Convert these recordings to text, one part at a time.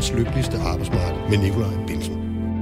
verdens lykkeligste arbejdsmarked med Nikolaj Bilsen.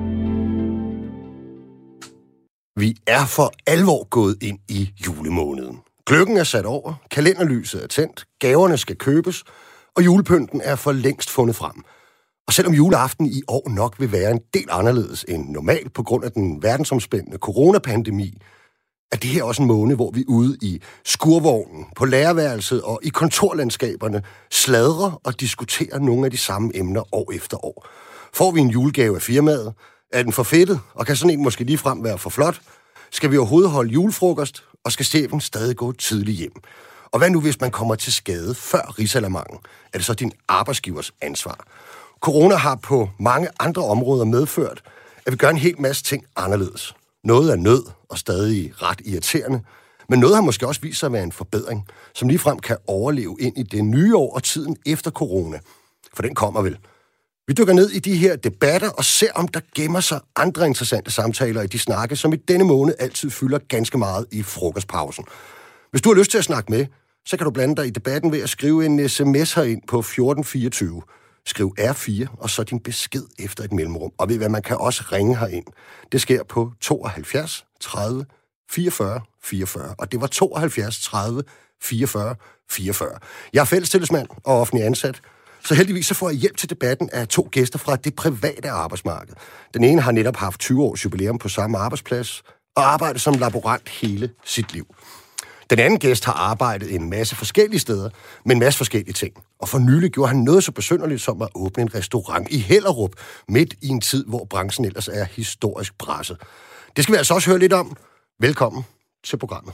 Vi er for alvor gået ind i julemåneden. Gløggen er sat over, kalenderlyset er tændt, gaverne skal købes, og julepynten er for længst fundet frem. Og selvom juleaften i år nok vil være en del anderledes end normalt på grund af den verdensomspændende coronapandemi, er det her også en måned, hvor vi ude i skurvognen, på lærerværelset og i kontorlandskaberne sladrer og diskuterer nogle af de samme emner år efter år. Får vi en julegave af firmaet? Er den for fedtet? Og kan sådan en måske ligefrem være for flot? Skal vi overhovedet holde julefrokost? Og skal chefen stadig gå tidligt hjem? Og hvad nu, hvis man kommer til skade før rigsalamangen? Er det så din arbejdsgivers ansvar? Corona har på mange andre områder medført, at vi gør en hel masse ting anderledes. Noget er nød og stadig ret irriterende, men noget har måske også vist sig at være en forbedring, som ligefrem kan overleve ind i det nye år og tiden efter corona. For den kommer vel. Vi dykker ned i de her debatter og ser, om der gemmer sig andre interessante samtaler i de snakke, som i denne måned altid fylder ganske meget i frokostpausen. Hvis du har lyst til at snakke med, så kan du blande dig i debatten ved at skrive en sms herind på 1424. Skriv R4 og så din besked efter et mellemrum. Og ved hvad, man kan også ringe herind. Det sker på 72 30 44 44. Og det var 72 30 44 44. Jeg er fællestillidsmand og offentlig ansat. Så heldigvis så får jeg hjælp til debatten af to gæster fra det private arbejdsmarked. Den ene har netop haft 20 års jubilæum på samme arbejdsplads og arbejdet som laborant hele sit liv. Den anden gæst har arbejdet en masse forskellige steder med en masse forskellige ting. Og for nylig gjorde han noget så besynderligt som at åbne en restaurant i Hellerup, midt i en tid, hvor branchen ellers er historisk presset. Det skal vi altså også høre lidt om. Velkommen til programmet.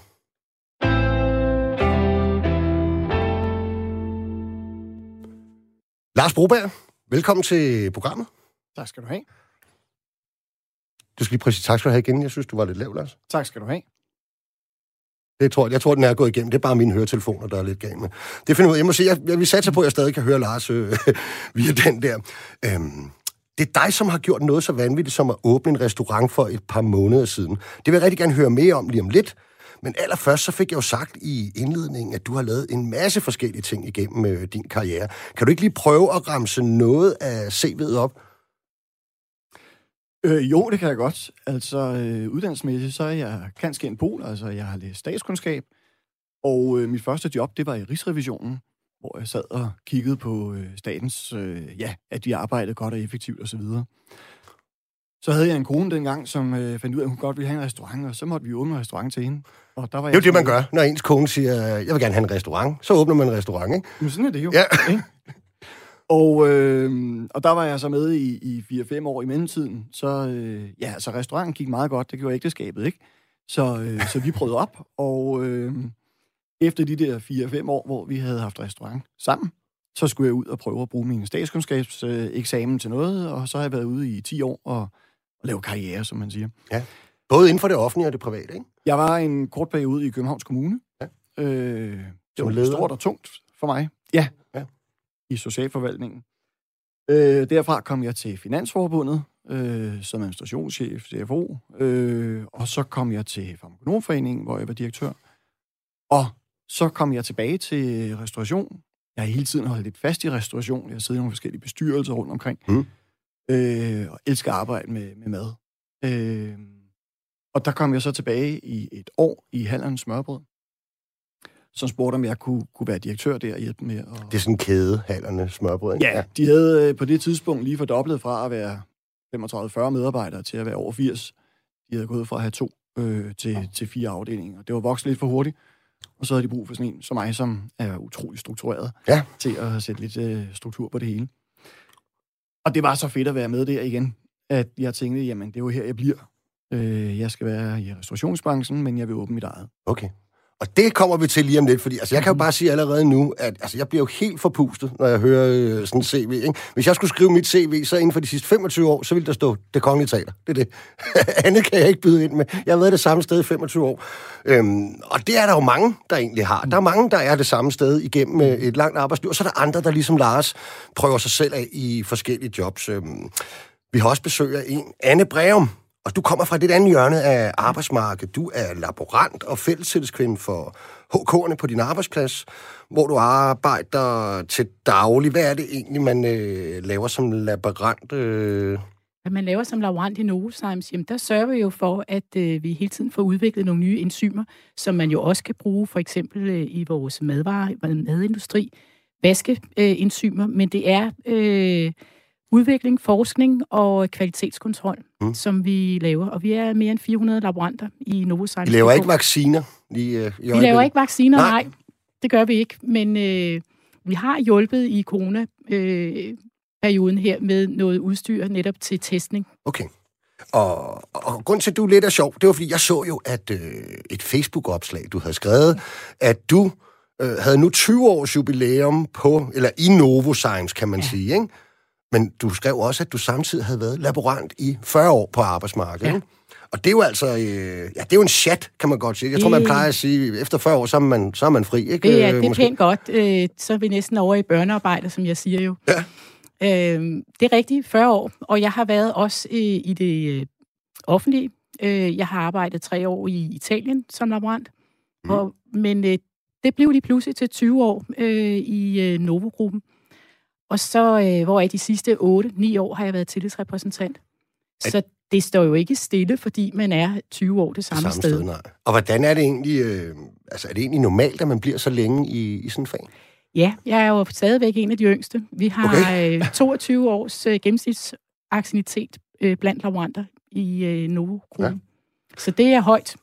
Lars Broberg, velkommen til programmet. Tak skal du have. Du skal lige præcis tak skal du have igen. Jeg synes, du var lidt lav, Lars. Tak skal du have. Jeg tror, den er gået igennem. Det er bare mine høretelefoner, der er lidt galt med. Det finder ud af. Jeg må sige, jeg vil satse på, at jeg stadig kan høre Lars via den der. Det er dig, som har gjort noget så vanvittigt, som at åbne en restaurant for et par måneder siden. Det vil jeg rigtig gerne høre mere om lige om lidt. Men allerførst, så fik jeg jo sagt i indledningen, at du har lavet en masse forskellige ting igennem din karriere. Kan du ikke lige prøve at ramse noget af CV'et op? Jo, det kan jeg godt. Altså, uddannelsesmæssigt, så er jeg kanskje en pol. Altså, jeg har læst statskundskab. Og mit første job, det var i Rigsrevisionen, hvor jeg sad og kiggede på statens, at de arbejdede godt og effektivt osv. Så havde jeg en kone dengang, som fandt ud af, at hun godt ville have en restaurant, og så måtte vi åbne en restaurant til hende. Og der var det er jo det, man gør, når ens kone siger, jeg vil gerne have en restaurant. Så åbner man en restaurant, ikke? Men sådan er det jo. Ja. Ikke? Og der var jeg så med i 4-5 år i mellemtiden. Så restauranten gik meget godt. Det gjorde ægteskabet, ikke? Så vi prøvede op, og efter de der 4-5 år, hvor vi havde haft restaurant sammen, så skulle jeg ud og prøve at bruge min statskundskabseksamen til noget, og så har jeg været ude i 10 år og lave karriere, som man siger. Ja. Både inden for det offentlige og det private, ikke? Jeg var en kort periode i Københavns Kommune. Ja. Det var stort og tungt for mig. Ja. I socialforvaltningen. Derfra kom jeg til Finansforbundet som administrationschef, CFO, og så kom jeg til Farmakonomforeningen, hvor jeg var direktør. Og så kom jeg tilbage til restauration. Jeg har hele tiden holdt lidt fast i restauration. Jeg har siddet i nogle forskellige bestyrelser rundt omkring. Og elsker at arbejde med mad. Og der kom jeg så tilbage i et år i Hallernes Smørrebrød, som spurgte, om jeg kunne være direktør der og hjælpe med. Det er sådan en kæde, Hallernes Smørrebrød, ikke? Ja, de havde på det tidspunkt lige fordoblet fra at være 35-40 medarbejdere til at være over 80. De havde gået fra at have 2 til 4 afdelinger. Det var vokset lidt for hurtigt. Og så havde de brug for sådan en som mig, som er utrolig struktureret, til at sætte lidt struktur på det hele. Og det var så fedt at være med der igen, at jeg tænkte, jamen det er jo her, jeg bliver. Jeg skal være i restaurationsbranchen, men jeg vil åbne mit eget. Okay. Og det kommer vi til lige om lidt, fordi jeg kan jo bare sige allerede nu, at jeg bliver jo helt forpustet, når jeg hører sådan en CV. Ikke? Hvis jeg skulle skrive mit CV, så inden for de sidste 25 år, så ville der stå Det Kongelige Teater. Det er det. Andet kan jeg ikke byde ind med. Jeg har været det samme sted i 25 år. Og det er der jo mange, der egentlig har. Der er mange, der er det samme sted igennem et langt arbejdsliv, og så er der andre, der ligesom Lars prøver sig selv af i forskellige jobs. Vi har også besøg af en, Anne Breum. Og du kommer fra det andet hjørne af arbejdsmarkedet. Du er laborant og fællestilskvinde for HK'erne på din arbejdsplads, hvor du arbejder til daglig. Hvad er det egentlig, man laver som laborant? Hvad man laver som laborant i Novozymes, jamen der sørger vi jo for, at vi hele tiden får udviklet nogle nye enzymer, som man jo også kan bruge for eksempel i vores madindustri, vaskeenzymer, men det er udvikling, forskning og kvalitetskontrol, som vi laver. Og vi er mere end 400 laboranter i Novozymes. I laver ikke vacciner? Vi laver ikke vacciner, nej. Det gør vi ikke, men vi har hjulpet i perioden her med noget udstyr netop til testning. Okay. Og grund til, at du lidt er sjov, det var, fordi jeg så jo, at et Facebook-opslag, du havde skrevet, at du havde nu 20 års jubilæum i Novozymes, kan man sige, ikke? Men du skrev også, at du samtidig havde været laborant i 40 år på arbejdsmarkedet. Ja. Og det er jo altså, det er jo en chat, kan man godt sige. Jeg tror, man plejer at sige, efter 40 år, så er man fri, ikke? Det er pænt godt. Så er vi næsten over i børnearbejde, som jeg siger jo. Ja. Det er rigtigt, 40 år, og jeg har været også i det offentlige. Jeg har arbejdet 3 år i Italien som laborant, men det blev lige pludselig til 20 år i Novo-gruppen. Og så, hvoraf de sidste 8-9 år har jeg været tillidsrepræsentant. Så det står jo ikke stille, fordi man er 20 år det samme sted. Nej. Og hvordan er det egentlig, er det egentlig normalt, at man bliver så længe i sådan et fag? Ja, jeg er jo stadigvæk en af de yngste. Vi har 22 års gennemsnitsanciennitet blandt laboranter i Novo-gruppen. Ja. Så det er højt.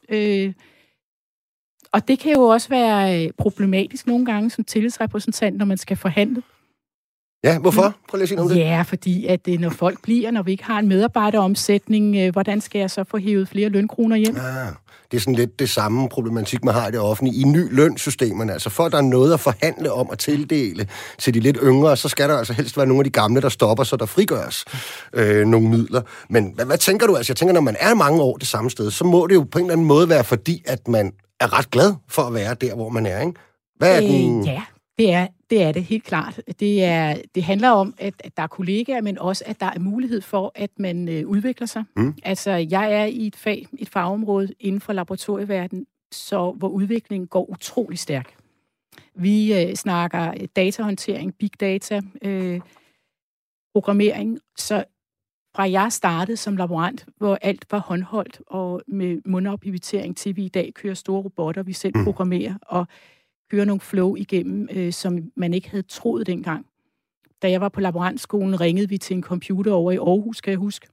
Og det kan jo også være problematisk nogle gange som tillidsrepræsentant, når man skal forhandle. Ja, hvorfor? Prøv lige at sige noget om det. Ja, fordi at når folk bliver, når vi ikke har en medarbejderomsætning, hvordan skal jeg så få hævet flere lønkroner hjem? Det er sådan lidt det samme problematik, man har i det offentlige. I ny lønsystemerne, altså for at der er noget at forhandle om at tildele til de lidt yngre, så skal der altså helst være nogle af de gamle, der stopper, så der frigøres nogle midler. Men hvad tænker du? Altså jeg tænker, når man er mange år det samme sted, så må det jo på en eller anden måde være fordi, at man er ret glad for at være der, hvor man er, ikke? Hvad er den... Ja, det er det helt klart. Det handler om, at der er kollegaer, men også, at der er mulighed for, at man udvikler sig. Altså, jeg er i et fagområde inden for laboratorieverdenen, hvor udviklingen går utrolig stærk. Vi snakker datahåndtering, big data, programmering. Så fra jeg startede som laborant, hvor alt var håndholdt og med mundopivitering til vi i dag kører store robotter, vi selv programmerer og kører nogle flow igennem, som man ikke havde troet dengang. Da jeg var på laborantskolen, ringede vi til en computer over i Aarhus, kan jeg huske.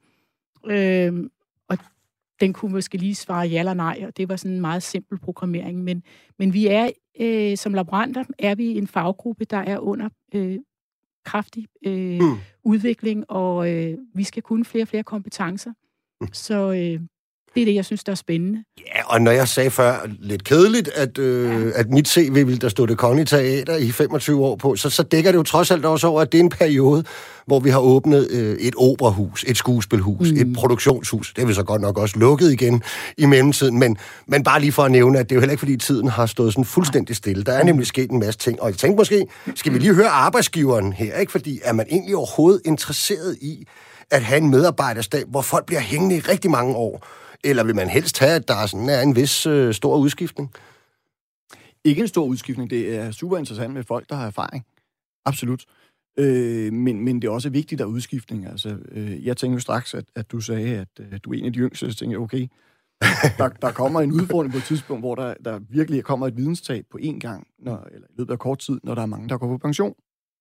Og den kunne måske lige svare ja eller nej, og det var sådan en meget simpel programmering. Men vi er, som laboranter, er vi en faggruppe, der er under kraftig udvikling, og vi skal kunne flere og flere kompetencer. Så det er det, jeg synes, der er spændende. Ja, og når jeg sagde før, lidt kedeligt, at mit CV ville der stå Det Kongelige Teater i 25 år på, så dækker det jo trods alt også over, at det er en periode, hvor vi har åbnet et operahus, et skuespilhus, et produktionshus. Det er vi så godt nok også lukket igen i mellemtiden, men bare lige for at nævne, at det er jo heller ikke, fordi tiden har stået sådan fuldstændig stille. Der er nemlig sket en masse ting, og jeg tænkte måske, skal vi lige høre arbejdsgiveren her, ikke? Fordi er man egentlig overhovedet interesseret i at have en medarbejderstab, hvor folk bliver hængende i rigtig mange år? Eller vil man helst have, at der sådan er en vis stor udskiftning? Ikke en stor udskiftning. Det er super interessant med folk, der har erfaring. Absolut. Men det er også vigtigt, at der er udskiftning. Altså, jeg tænker jo straks, at du sagde, at du er en af de yngste, så tænker jeg, okay, der kommer en udfordring på et tidspunkt, hvor der virkelig kommer et videnstab på én gang, eller i løbet af kort tid, når der er mange, der går på pension.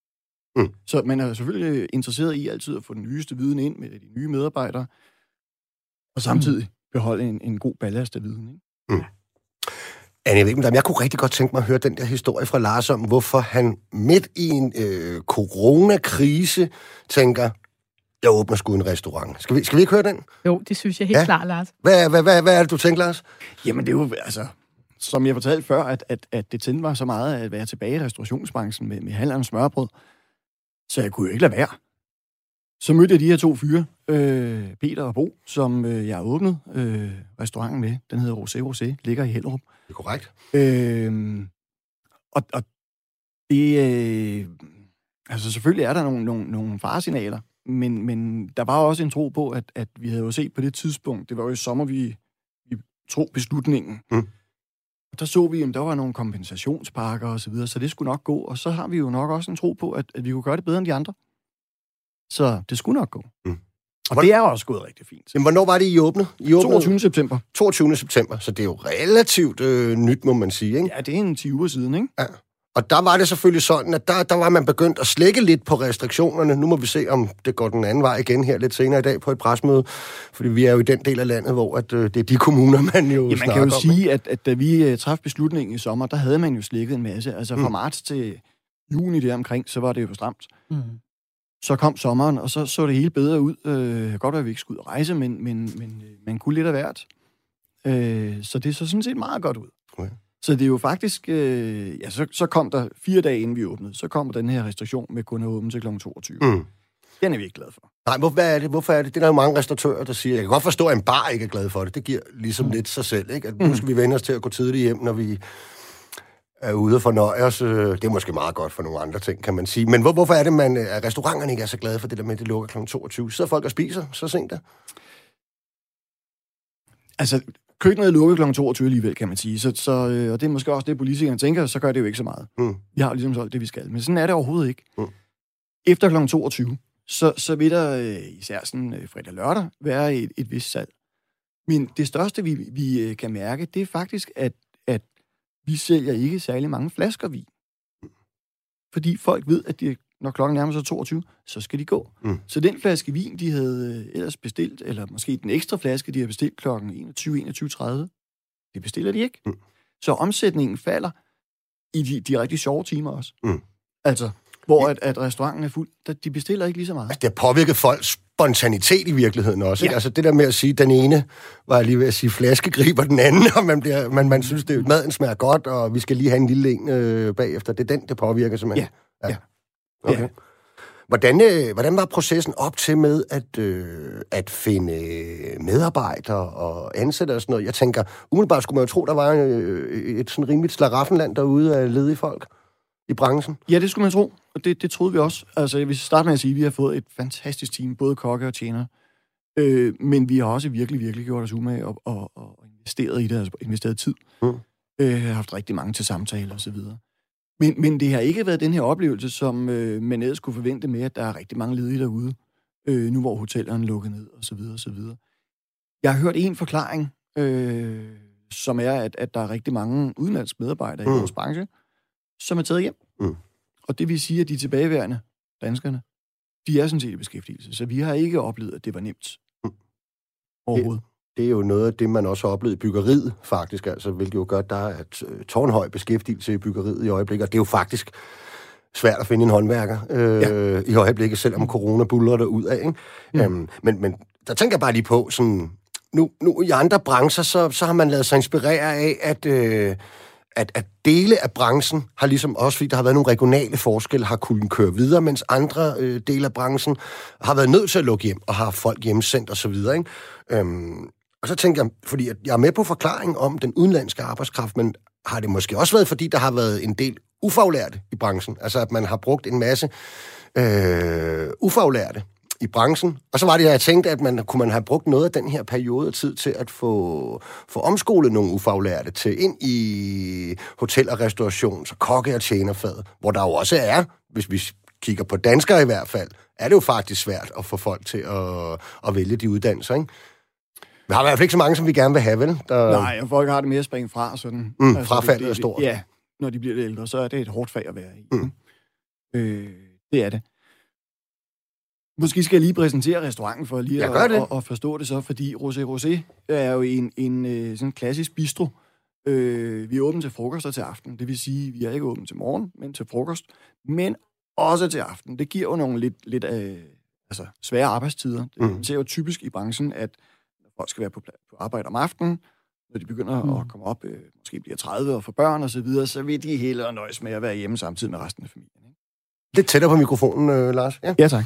Så man er selvfølgelig interesseret i altid at få den nyeste viden ind med de nye medarbejdere, og samtidig beholde en god ballast af viden. Ikke? Anne, jeg kunne rigtig godt tænke mig at høre den der historie fra Lars om, hvorfor han midt i en coronakrise tænker, jeg åbner sgu en restaurant. Skal vi ikke høre den? Jo, det synes jeg helt klart, Lars. Hvad er det, du tænker, Lars? Jamen, det er jo, altså, som jeg fortalte før, at det tændte mig så meget at være tilbage i restaurationsbranchen med handleren smørbrød, så jeg kunne jo ikke lade være. Så mødte jeg de her 2 fyre, Peter og Bo, som jeg har åbnet restauranten med. Den hedder Rosé, ligger i Hellerup. Det er korrekt. Og det... altså selvfølgelig er der nogle faresignaler Men der var også en tro på, at vi havde jo set på det tidspunkt, det var jo i sommer, vi tog beslutningen. Og der så vi, at der var nogle kompensationspakker og så videre, så det skulle nok gå. Og så har vi jo nok også en tro på, at vi kunne gøre det bedre end de andre. Så det skulle nok gå. Og det er også gået rigtig fint. Men hvornår var det, I åbnede? 22. september. 22. september, så det er jo relativt nyt, må man sige, ikke? Ja, det er en 10 uger siden, ikke? Ja. Og der var det selvfølgelig sådan, at der var man begyndt at slække lidt på restriktionerne. Nu må vi se, om det går den anden vej igen her lidt senere i dag på et presmøde. Fordi vi er jo i den del af landet, hvor at, det er de kommuner, man jo snakker om. Man kan jo sige, at da vi træffede beslutningen i sommer, der havde man jo slækket en masse. Altså fra marts til juni der omkring, så var det jo stramt. Så kom sommeren, og så det hele bedre ud. Godt være, at vi ikke skulle ud og rejse, men man kunne lidt af hvert. Så det så sådan set meget godt ud. Okay. Så det er jo faktisk... så kom der 4 dage inden vi åbnede, så kom den her restriktion med kun at åbne til kl. 22. Den er vi ikke glade for. Nej, hvorfor er det? Det er der jo mange restauratører, der siger. Jeg kan godt forstå, at en bar ikke er glad for det. Det giver ligesom lidt sig selv, ikke? At nu skal vi vende os til at gå tidligt hjem, når vi er ude og fornøje os. Det er måske meget godt for nogle andre ting, kan man sige. Men hvorfor er det, at restauranterne ikke er så glade for det der med, at det lukker kl. 22? Sidder folk og spiser så sent der? Altså, køkkenet lukker kl. 22 alligevel, kan man sige. Og det er måske også det, politikerne tænker, så gør det jo ikke så meget. Vi har jo ligesom solgt det, vi skal. Men sådan er det overhovedet ikke. Efter kl. 22, så vil der især sådan fredag-lørdag være et vist salg. Men det største, vi kan mærke, det er faktisk, at vi sælger ikke særlig mange flasker vin. Fordi folk ved, at når klokken nærmer sig 22, så skal de gå. Så den flaske vin, de havde ellers bestilt, eller måske den ekstra flaske, de har bestilt klokken 21.30, det bestiller de ikke. Så omsætningen falder i de rigtig sjove timer også. Altså, hvor at restauranten er fuld, de bestiller ikke lige så meget. Altså, det har påvirket folks spontanitet i virkeligheden også. Ja. Altså det der med at sige, den ene var jeg lige ved at sige flaskegriber den anden, og man synes, det maden smager godt, og vi skal lige have en lille en bagefter. Det er den, det påvirker simpelthen. Ja. Okay. Hvordan var processen op til med at finde medarbejdere og ansætte og sådan noget? Jeg tænker, umiddelbart skulle man jo tro, der var et sådan rimeligt slaraffenland derude af ledige folk i branchen. Ja, det skulle man tro, og det troede vi også. Altså, jeg vil starte med at sige, at vi har fået et fantastisk team, både kokke og tjener. Men vi har også virkelig, virkelig gjort os umage og investeret i det, altså investeret tid. Har haft rigtig mange til samtaler og så videre. Men det har ikke været den her oplevelse, som man ellers skulle forvente med, at der er rigtig mange ledige derude, nu hvor hotellerne lukker ned og så videre og så videre. Jeg har hørt en forklaring, som er, at der er rigtig mange udenlandske medarbejdere i vores branche, som er taget hjem. Og det vil sige, at de tilbageværende danskerne, de er sådan set i beskæftigelse. Så vi har ikke oplevet, at det var nemt overhovedet. Det er jo noget af det, man også har oplevet i byggeriet, faktisk. Altså, hvilket jo gør, at der er tårnhøj beskæftigelse i byggeriet i øjeblikket. Og det er jo faktisk svært at finde en håndværker i øjeblikket, selvom corona buldrer der ud af. Men der tænker jeg bare lige på, sådan, nu i andre brancher, så har man ladet sig inspirere af, at dele af branchen har ligesom også, fordi der har været nogle regionale forskelle, har kunnet køre videre, mens andre dele af branchen har været nødt til at lukke hjem og har folk hjemsendt osv. Og så tænker jeg, fordi jeg er med på forklaringen om den udenlandske arbejdskraft, men har det måske også været, fordi der har været en del ufaglærte i branchen? Altså, at man har brugt en masse ufaglærte i branchen. Og så var det, jeg tænkte, at kunne man have brugt noget af den her periode af tid til at få omskolet nogle ufaglærte til ind i hotel- og restaurations- og kokke- og tjenerfaget, hvor der jo også er, hvis vi kigger på danskere i hvert fald, er det jo faktisk svært at få folk til at vælge de uddannelser, ikke? Vi har i hvert fald ikke så mange, som vi gerne vil have, vel? Nej, og folk har det mere at springe fra, sådan. Frafaldet er stort. Ja, når de bliver lidt ældre, så er det et hårdt fag at være i. Det er det. Måske skal jeg lige præsentere restauranten for lige at forstå det så, fordi Rosé er jo en sådan klassisk bistro. Vi er åbent til frokost og til aften. Det vil sige, vi er ikke åbent til morgen, men til frokost. Men også til aften. Det giver jo nogle lidt svære arbejdstider. Det ser jo typisk i branchen, at når folk skal være på arbejde om aftenen, når de begynder at komme op, måske bliver 30 og få børn og så videre, så vil de hellere nøjes med at være hjemme samtidig med resten af familien. Ikke? Lidt tættere på mikrofonen, Lars. Ja, tak.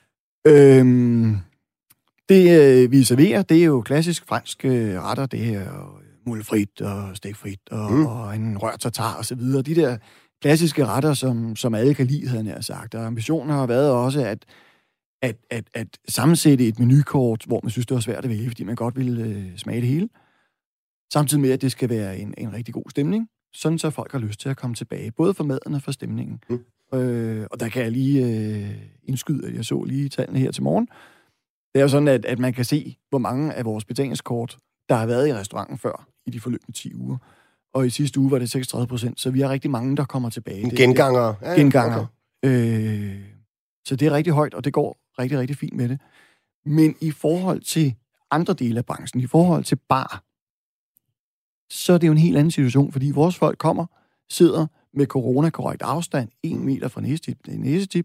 Det vi serverer, det er jo klassisk franske retter. Det er moule frit og stegfrit og en rørt tartar og så videre. De der klassiske retter, som alle kan lide, havde jeg sagt. Og ambitionen har været også, at sammensætte et menukort, hvor man synes, det var svært at vælge, fordi man godt ville smage det hele. Samtidig med, at det skal være en rigtig god stemning, sådan så folk har lyst til at komme tilbage, både for maden og for stemningen. Og der kan jeg lige indskyde, at jeg så lige tallene her til morgen. Det er jo sådan, at man kan se, hvor mange af vores betalingskort, der har været i restauranten før, i de forløbende 10 uger. Og i sidste uge var det 36%, så vi har rigtig mange, der kommer tilbage. Gengangere. Gengangere. Okay. Så det er rigtig højt, og det går rigtig, rigtig fint med det. Men i forhold til andre dele af branchen, i forhold til bar, så er det jo en helt anden situation, fordi vores folk kommer, sidder med corona-korrekt afstand, 1 meter fra næsetip til næsetip.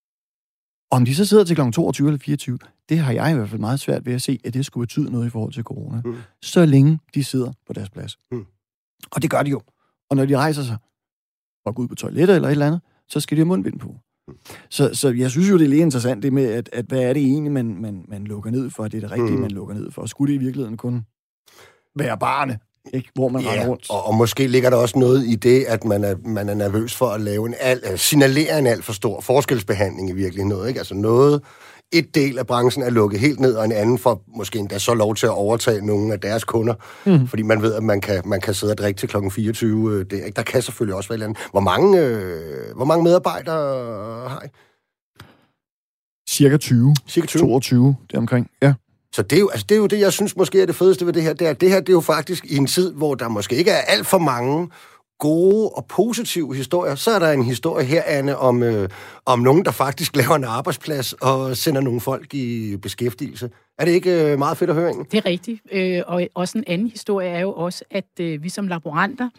Om de så sidder til kl. 22 eller 24, det har jeg i hvert fald meget svært ved at se, at det skulle betyde noget i forhold til corona. Så længe de sidder på deres plads. Og det gør de jo. Og når de rejser sig og går ud på toilettet eller et eller andet, så skal de have mundbind på. Så jeg synes jo, det er lidt interessant det med, at hvad er det egentlig, man lukker ned for? Det er det rigtige, man lukker ned for. Skulle det i virkeligheden kun være barne, ikke? Hvor man render rundt? Og måske ligger der også noget i det, at man er nervøs for at lave signalere en alt for stor forskelsbehandling i virkeligheden noget, ikke? Altså noget, et del af branchen er lukket helt ned, og en anden får måske endda så lov til at overtage nogle af deres kunder, fordi man ved, at man kan sidde og drikke til klokken 24. Der kan selvfølgelig også være et andet. Hvor mange medarbejdere har I? Cirka 20. 22, deromkring, ja. Så det er jo det, jeg synes måske er det fedeste ved det her. Det her er jo faktisk i en tid, hvor der måske ikke er alt for mange gode og positive historier. Så er der en historie her, Anne, om nogen, der faktisk laver en arbejdsplads og sender nogle folk i beskæftigelse. Er det ikke meget fedt at høre egentlig? Det er rigtigt. Og også en anden historie er jo også, at vi som laboranter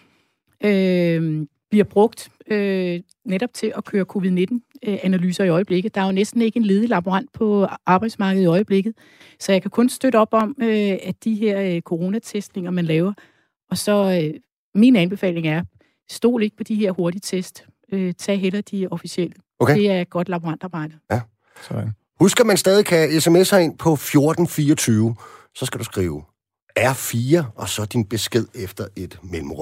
bliver brugt netop til at køre covid-19-analyser i øjeblikket. Der er jo næsten ikke en ledig laborant på arbejdsmarkedet i øjeblikket, så jeg kan kun støtte op om, at de her coronatestninger, man laver. Og så min anbefaling er, stol ikke på de her hurtige test. Tag heller de officielle. Okay. Det er godt laborantarbejde. Ja. Sådan. Husk, at man stadig kan sms'e ind på 1424. Så skal du skrive R4, og så din besked efter et mellemrum.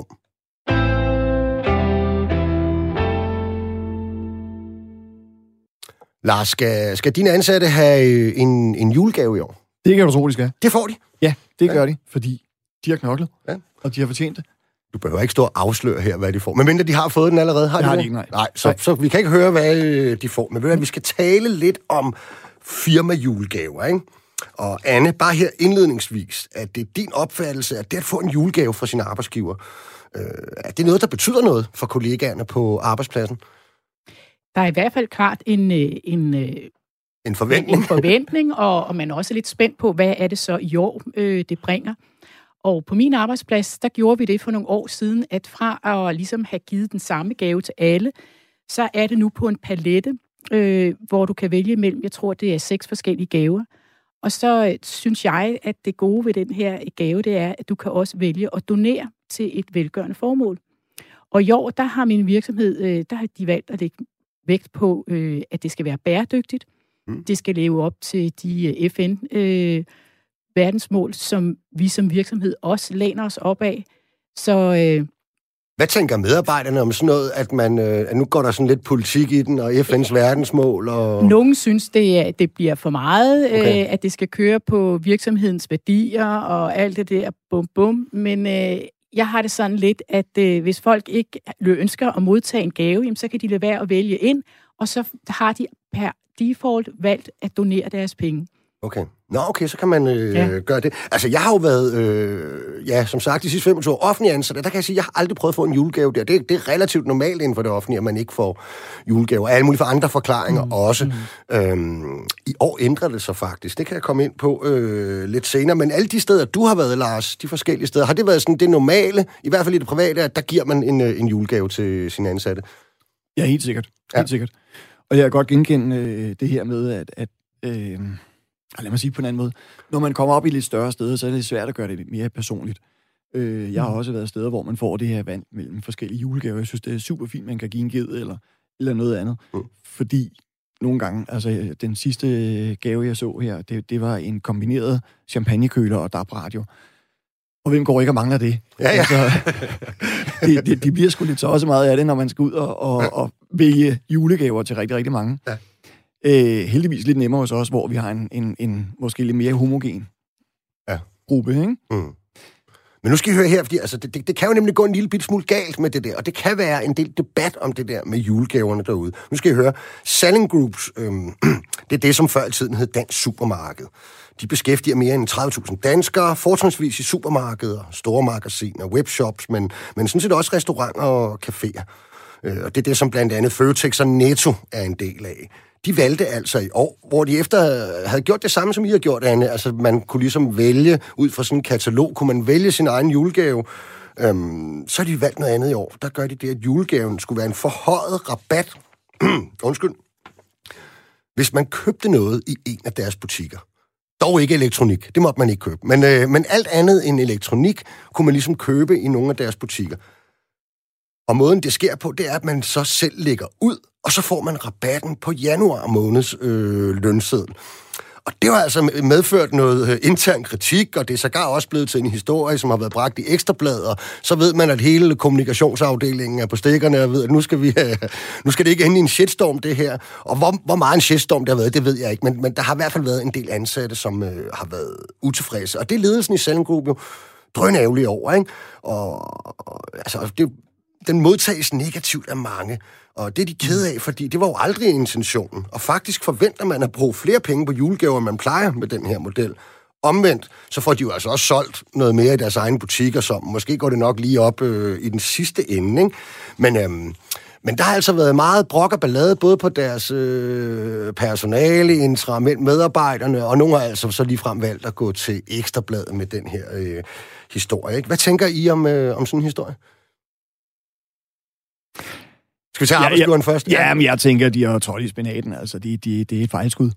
Lars, skal dine ansatte have en julegave i år? Det kan du tro, de skal. Det får de? Ja, det gør de, fordi de har knoklet, og de har fortjent det. Du behøver ikke stå og afsløre her, hvad de får. Men mindre de har fået den allerede. Har de ikke, nej. Nej, så vi kan ikke høre, hvad de får. Men ved du, vi skal tale lidt om firmajulegaver, ikke? Og Anne, bare her indledningsvis, at det er din opfattelse, at det at få en julegave fra sin arbejdsgiver, er det noget, der betyder noget for kollegaerne på arbejdspladsen? Der er i hvert fald klart en forventning, en forventning og man er også lidt spændt på, hvad er det så i år, det bringer. Og på min arbejdsplads, der gjorde vi det for nogle år siden, at fra at ligesom have givet den samme gave til alle, så er det nu på en palette, hvor du kan vælge mellem, jeg tror, det er 6 forskellige gaver. Og så synes jeg, at det gode ved den her gave, det er, at du kan også vælge at donere til et velgørende formål. Og i år, der har min virksomhed, der har de valgt at lægge vægt på, at det skal være bæredygtigt. Det skal leve op til de FN-verdensmål, som vi som virksomhed også læner os op af. Så hvad tænker medarbejderne om sådan noget, at nu går der sådan lidt politik i den, og FN's verdensmål? Og nogen synes, det bliver for meget, at det skal køre på virksomhedens værdier og alt det der bum. Men jeg har det sådan lidt, at hvis folk ikke ønsker at modtage en gave, jamen, så kan de lade være at vælge ind, og så har de per default valgt at donere deres penge. Okay, så kan man gøre det. Altså, jeg har jo været, som sagt, de sidste 25 år offentlig ansat, der kan jeg sige, at jeg har aldrig prøvet at få en julegave der. Det er relativt normalt inden for det offentlige, at man ikke får julegaver. Alle mulige for andre forklaringer også. I år ændrer det sig faktisk. Det kan jeg komme ind på lidt senere. Men alle de steder, du har været, Lars, de forskellige steder, har det været sådan det normale, i hvert fald i det private, at der giver man en julegave til sine ansatte? Ja, helt sikkert. Helt sikkert. Og jeg kan godt genkende det her med, at lad mig sige på en anden måde. Når man kommer op i lidt større steder, så er det svært at gøre det lidt mere personligt. Jeg har også været steder, hvor man får det her vand mellem forskellige julegaver. Jeg synes, det er super fint, man kan give en ged eller noget andet. Fordi nogle gange, altså den sidste gave, jeg så her, det var en kombineret champagnekøler og DAB-radio. Og hvem går ikke og mangler det? Ja. Altså, de bliver sgu lidt så også meget af det, når man skal ud og vælge julegaver til rigtig, rigtig mange. Ja. Heldigvis lidt nemmere hos os, hvor vi har en måske lidt mere homogen gruppe, ikke? Mm. Men nu skal I høre her, fordi altså, det kan jo nemlig gå en lille bit smule galt med det der, og det kan være en del debat om det der med julegaverne derude. Nu skal I høre, Salling Groups, det er det, som før i tiden hed Dansk Supermarked. De beskæftiger mere end 30.000 danskere, fortrinsvis i supermarkeder, store magasiner, webshops, men sådan set også restauranter og caféer. Og det er det, som blandt andet Føtex og Netto er en del af. De valgte altså i år, hvor de efter havde gjort det samme, som I har gjort, Anne. Altså, man kunne ligesom vælge, ud fra sådan en katalog, kunne man vælge sin egen julegave. Så har de valgt noget andet i år. Der gør de det, at julegaven skulle være en forhøjet rabat. Undskyld. Hvis man købte noget i en af deres butikker. Dog ikke elektronik. Det måtte man ikke købe. Men alt andet end elektronik kunne man ligesom købe i nogle af deres butikker. Og måden, det sker på, det er, at man så selv lægger ud, og så får man rabatten på januar måneds lønseddel. Og det har altså medført noget intern kritik, og det er sågar også blevet til en historie, som har været bragt i Ekstrabladet, og så ved man, at hele kommunikationsafdelingen er på stikkerne, og ved, at nu skal det ikke ende i en shitstorm, det her. Og hvor meget en shitstorm der har været, det ved jeg ikke, men der har i hvert fald været en del ansatte, som har været utilfredse. Og det er ledelsen i Salling Group jo drønærgerlig over, ikke? Og altså, den modtages negativt af mange. Og det er de kede af, fordi det var jo aldrig intentionen. Og faktisk forventer man at bruge flere penge på julegaver, end man plejer med den her model. Omvendt, så får de jo altså også solgt noget mere i deres egen butikker, så måske går det nok lige op i den sidste ende, ikke? Men der har altså været meget brok og ballade, både på deres personale, intra mellem medarbejderne, og nogle har altså så ligefrem valgt at gå til Ekstrabladet med den her historie, ikke? Hvad tænker I om sådan en historie? Skal vi tage arbejdsgiveren først? Ja, men jeg tænker, de har trådt i spinaten. Altså, det er et fejlskud.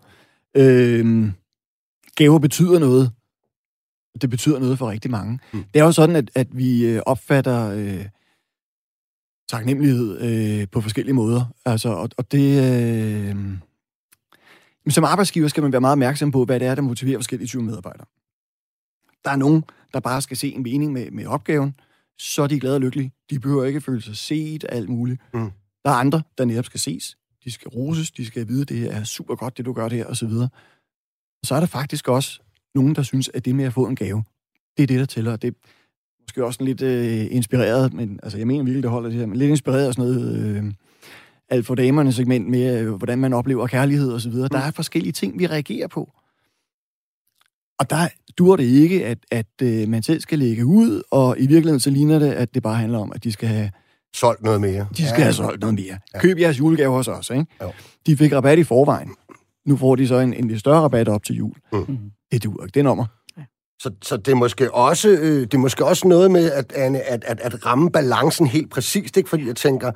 Gaver betyder noget. Det betyder noget for rigtig mange. Det er jo sådan, at vi opfatter taknemmelighed på forskellige måder. Altså, og det... som arbejdsgiver skal man være meget opmærksom på, hvad det er, der motiverer forskellige typer medarbejdere. Der er nogen, der bare skal se en mening med opgaven, så er de glade og lykkelige. De behøver ikke føle sig set, alt muligt. Der er andre, der netop skal ses. De skal roses, de skal vide, det er super godt, det du gør det her, og så videre. Og så er der faktisk også nogen, der synes, at det med at få en gave, det er det, der tæller. Det er måske også lidt inspireret, men altså, jeg mener virkelig, det holder det her, men lidt inspireret af sådan noget alt for damerne segment med, hvordan man oplever kærlighed, og så videre. Der er forskellige ting, vi reagerer på. Og der dur det ikke, at man selv skal lægge ud, og i virkeligheden så ligner det, at det bare handler om, at de skal have solgt noget mere. De skal have solgt noget mere. Ja. Køb jeres julegave hos os, ikke? Jo. De fik rabat i forvejen. Nu får de så en lidt større rabat op til jul. Det duer ikke. Det er nummer. Ja. Så det er måske også noget med at ramme balancen helt præcist, ikke? Fordi jeg tænker,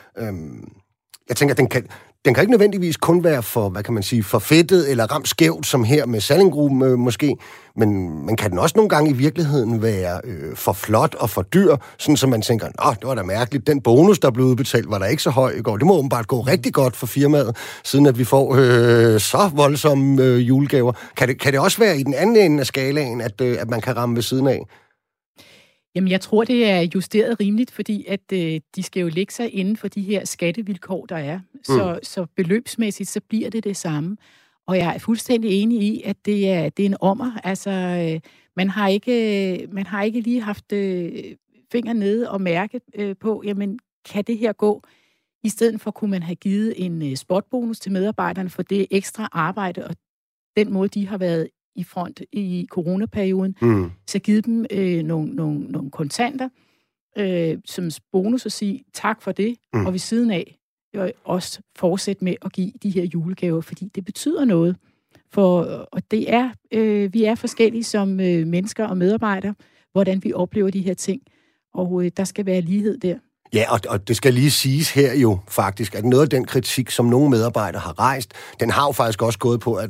den kan ikke nødvendigvis kun være for, hvad kan man sige, for fedtet eller ramt skævt, som her med Salling Group måske, men kan den også nogle gange i virkeligheden være for flot og for dyr, sådan som man tænker, det var da mærkeligt, den bonus, der blev udbetalt, var der ikke så høj i går. Det må åbenbart gå rigtig godt for firmaet, siden at vi får så voldsomme julegaver. Kan det også være i den anden ende af skalaen, at man kan ramme ved siden af? Jamen, jeg tror, det er justeret rimeligt, fordi at de skal jo lægge sig inden for de her skattevilkår, der er. Så beløbsmæssigt, så bliver det samme. Og jeg er fuldstændig enig i, at det er en ommer. Altså, man har ikke lige haft fingeren nede og mærke på, jamen, kan det her gå? I stedet for kunne man have givet en spotbonus til medarbejderne for det ekstra arbejde, og den måde, de har været i front i coronaperioden, så givet dem nogle kontanter som bonus og sige tak for det, og ved siden af også fortsætte med at give de her julegaver, fordi det betyder noget. Og det er, vi er forskellige som mennesker og medarbejdere, hvordan vi oplever de her ting, og der skal være lighed der. Ja, og det skal lige siges her jo faktisk, at noget af den kritik, som nogle medarbejdere har rejst, den har jo faktisk også gået på, at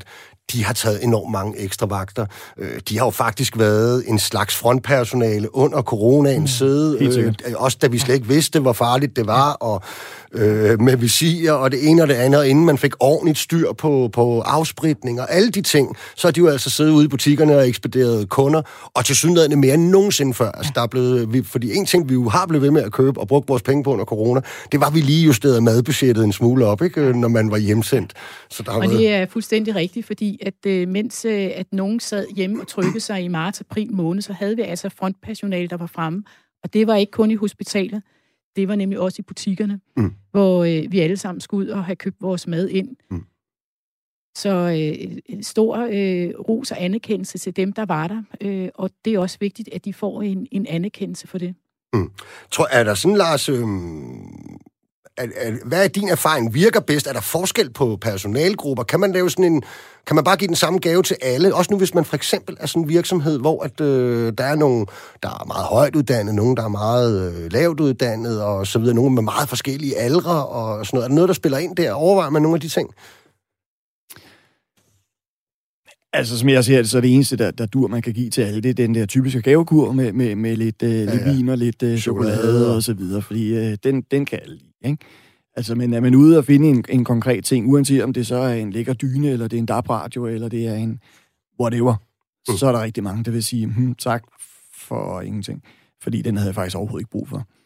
de har taget enormt mange ekstra vagter. De har jo faktisk været en slags frontpersonale under coronaen side, også da vi slet ikke vidste, hvor farligt det var, og med visirer og det ene og det andet, og inden man fik ordentligt styr på afspritning og alle de ting, så har de jo altså siddet ude i butikkerne og ekspederet kunder, og tilsyneladende mere end nogensinde før. Altså, der er blevet, fordi en ting, vi jo har blevet ved med at købe og brugt vores penge på under corona, det var, vi lige justerede madbudgettet en smule op, ikke, når man var hjemsendt. Så der og det er fuldstændig rigtigt, fordi at mens at nogen sad hjemme og trykkede sig i marts-april måned, så havde vi altså frontpersonale, der var fremme, og det var ikke kun i hospitalet. Det var nemlig også i butikkerne, hvor vi alle sammen skulle ud og have købt vores mad ind. Så en stor ros og anerkendelse til dem, der var der. Og det er også vigtigt, at de får en anerkendelse for det. Er der sådan, Lars... hvad er din erfaring? Virker bedst? Er der forskel på personalgrupper? Kan man lave sådan kan man bare give den samme gave til alle? Også nu, hvis man for eksempel er sådan en virksomhed, hvor at, der er nogen, der er meget højt uddannet, nogen, der er meget lavt uddannet, og så videre, nogen med meget forskellige aldre, og sådan noget. Er der noget, der spiller ind der? Overvejer man nogle af de ting? Altså, som jeg ser det, så er det eneste, der dur, man kan give til alle, det er den der typiske gavekur med lidt vin og lidt chokolade og så videre, fordi den kan alle lide, ikke? Altså, men er man ude og finde en konkret ting, uanset om det så er en lækker dyne, eller det er en DAB-radio, eller det er en whatever, så er der rigtig mange, der vil sige, tak for ingenting, fordi den havde jeg faktisk overhovedet ikke brug for.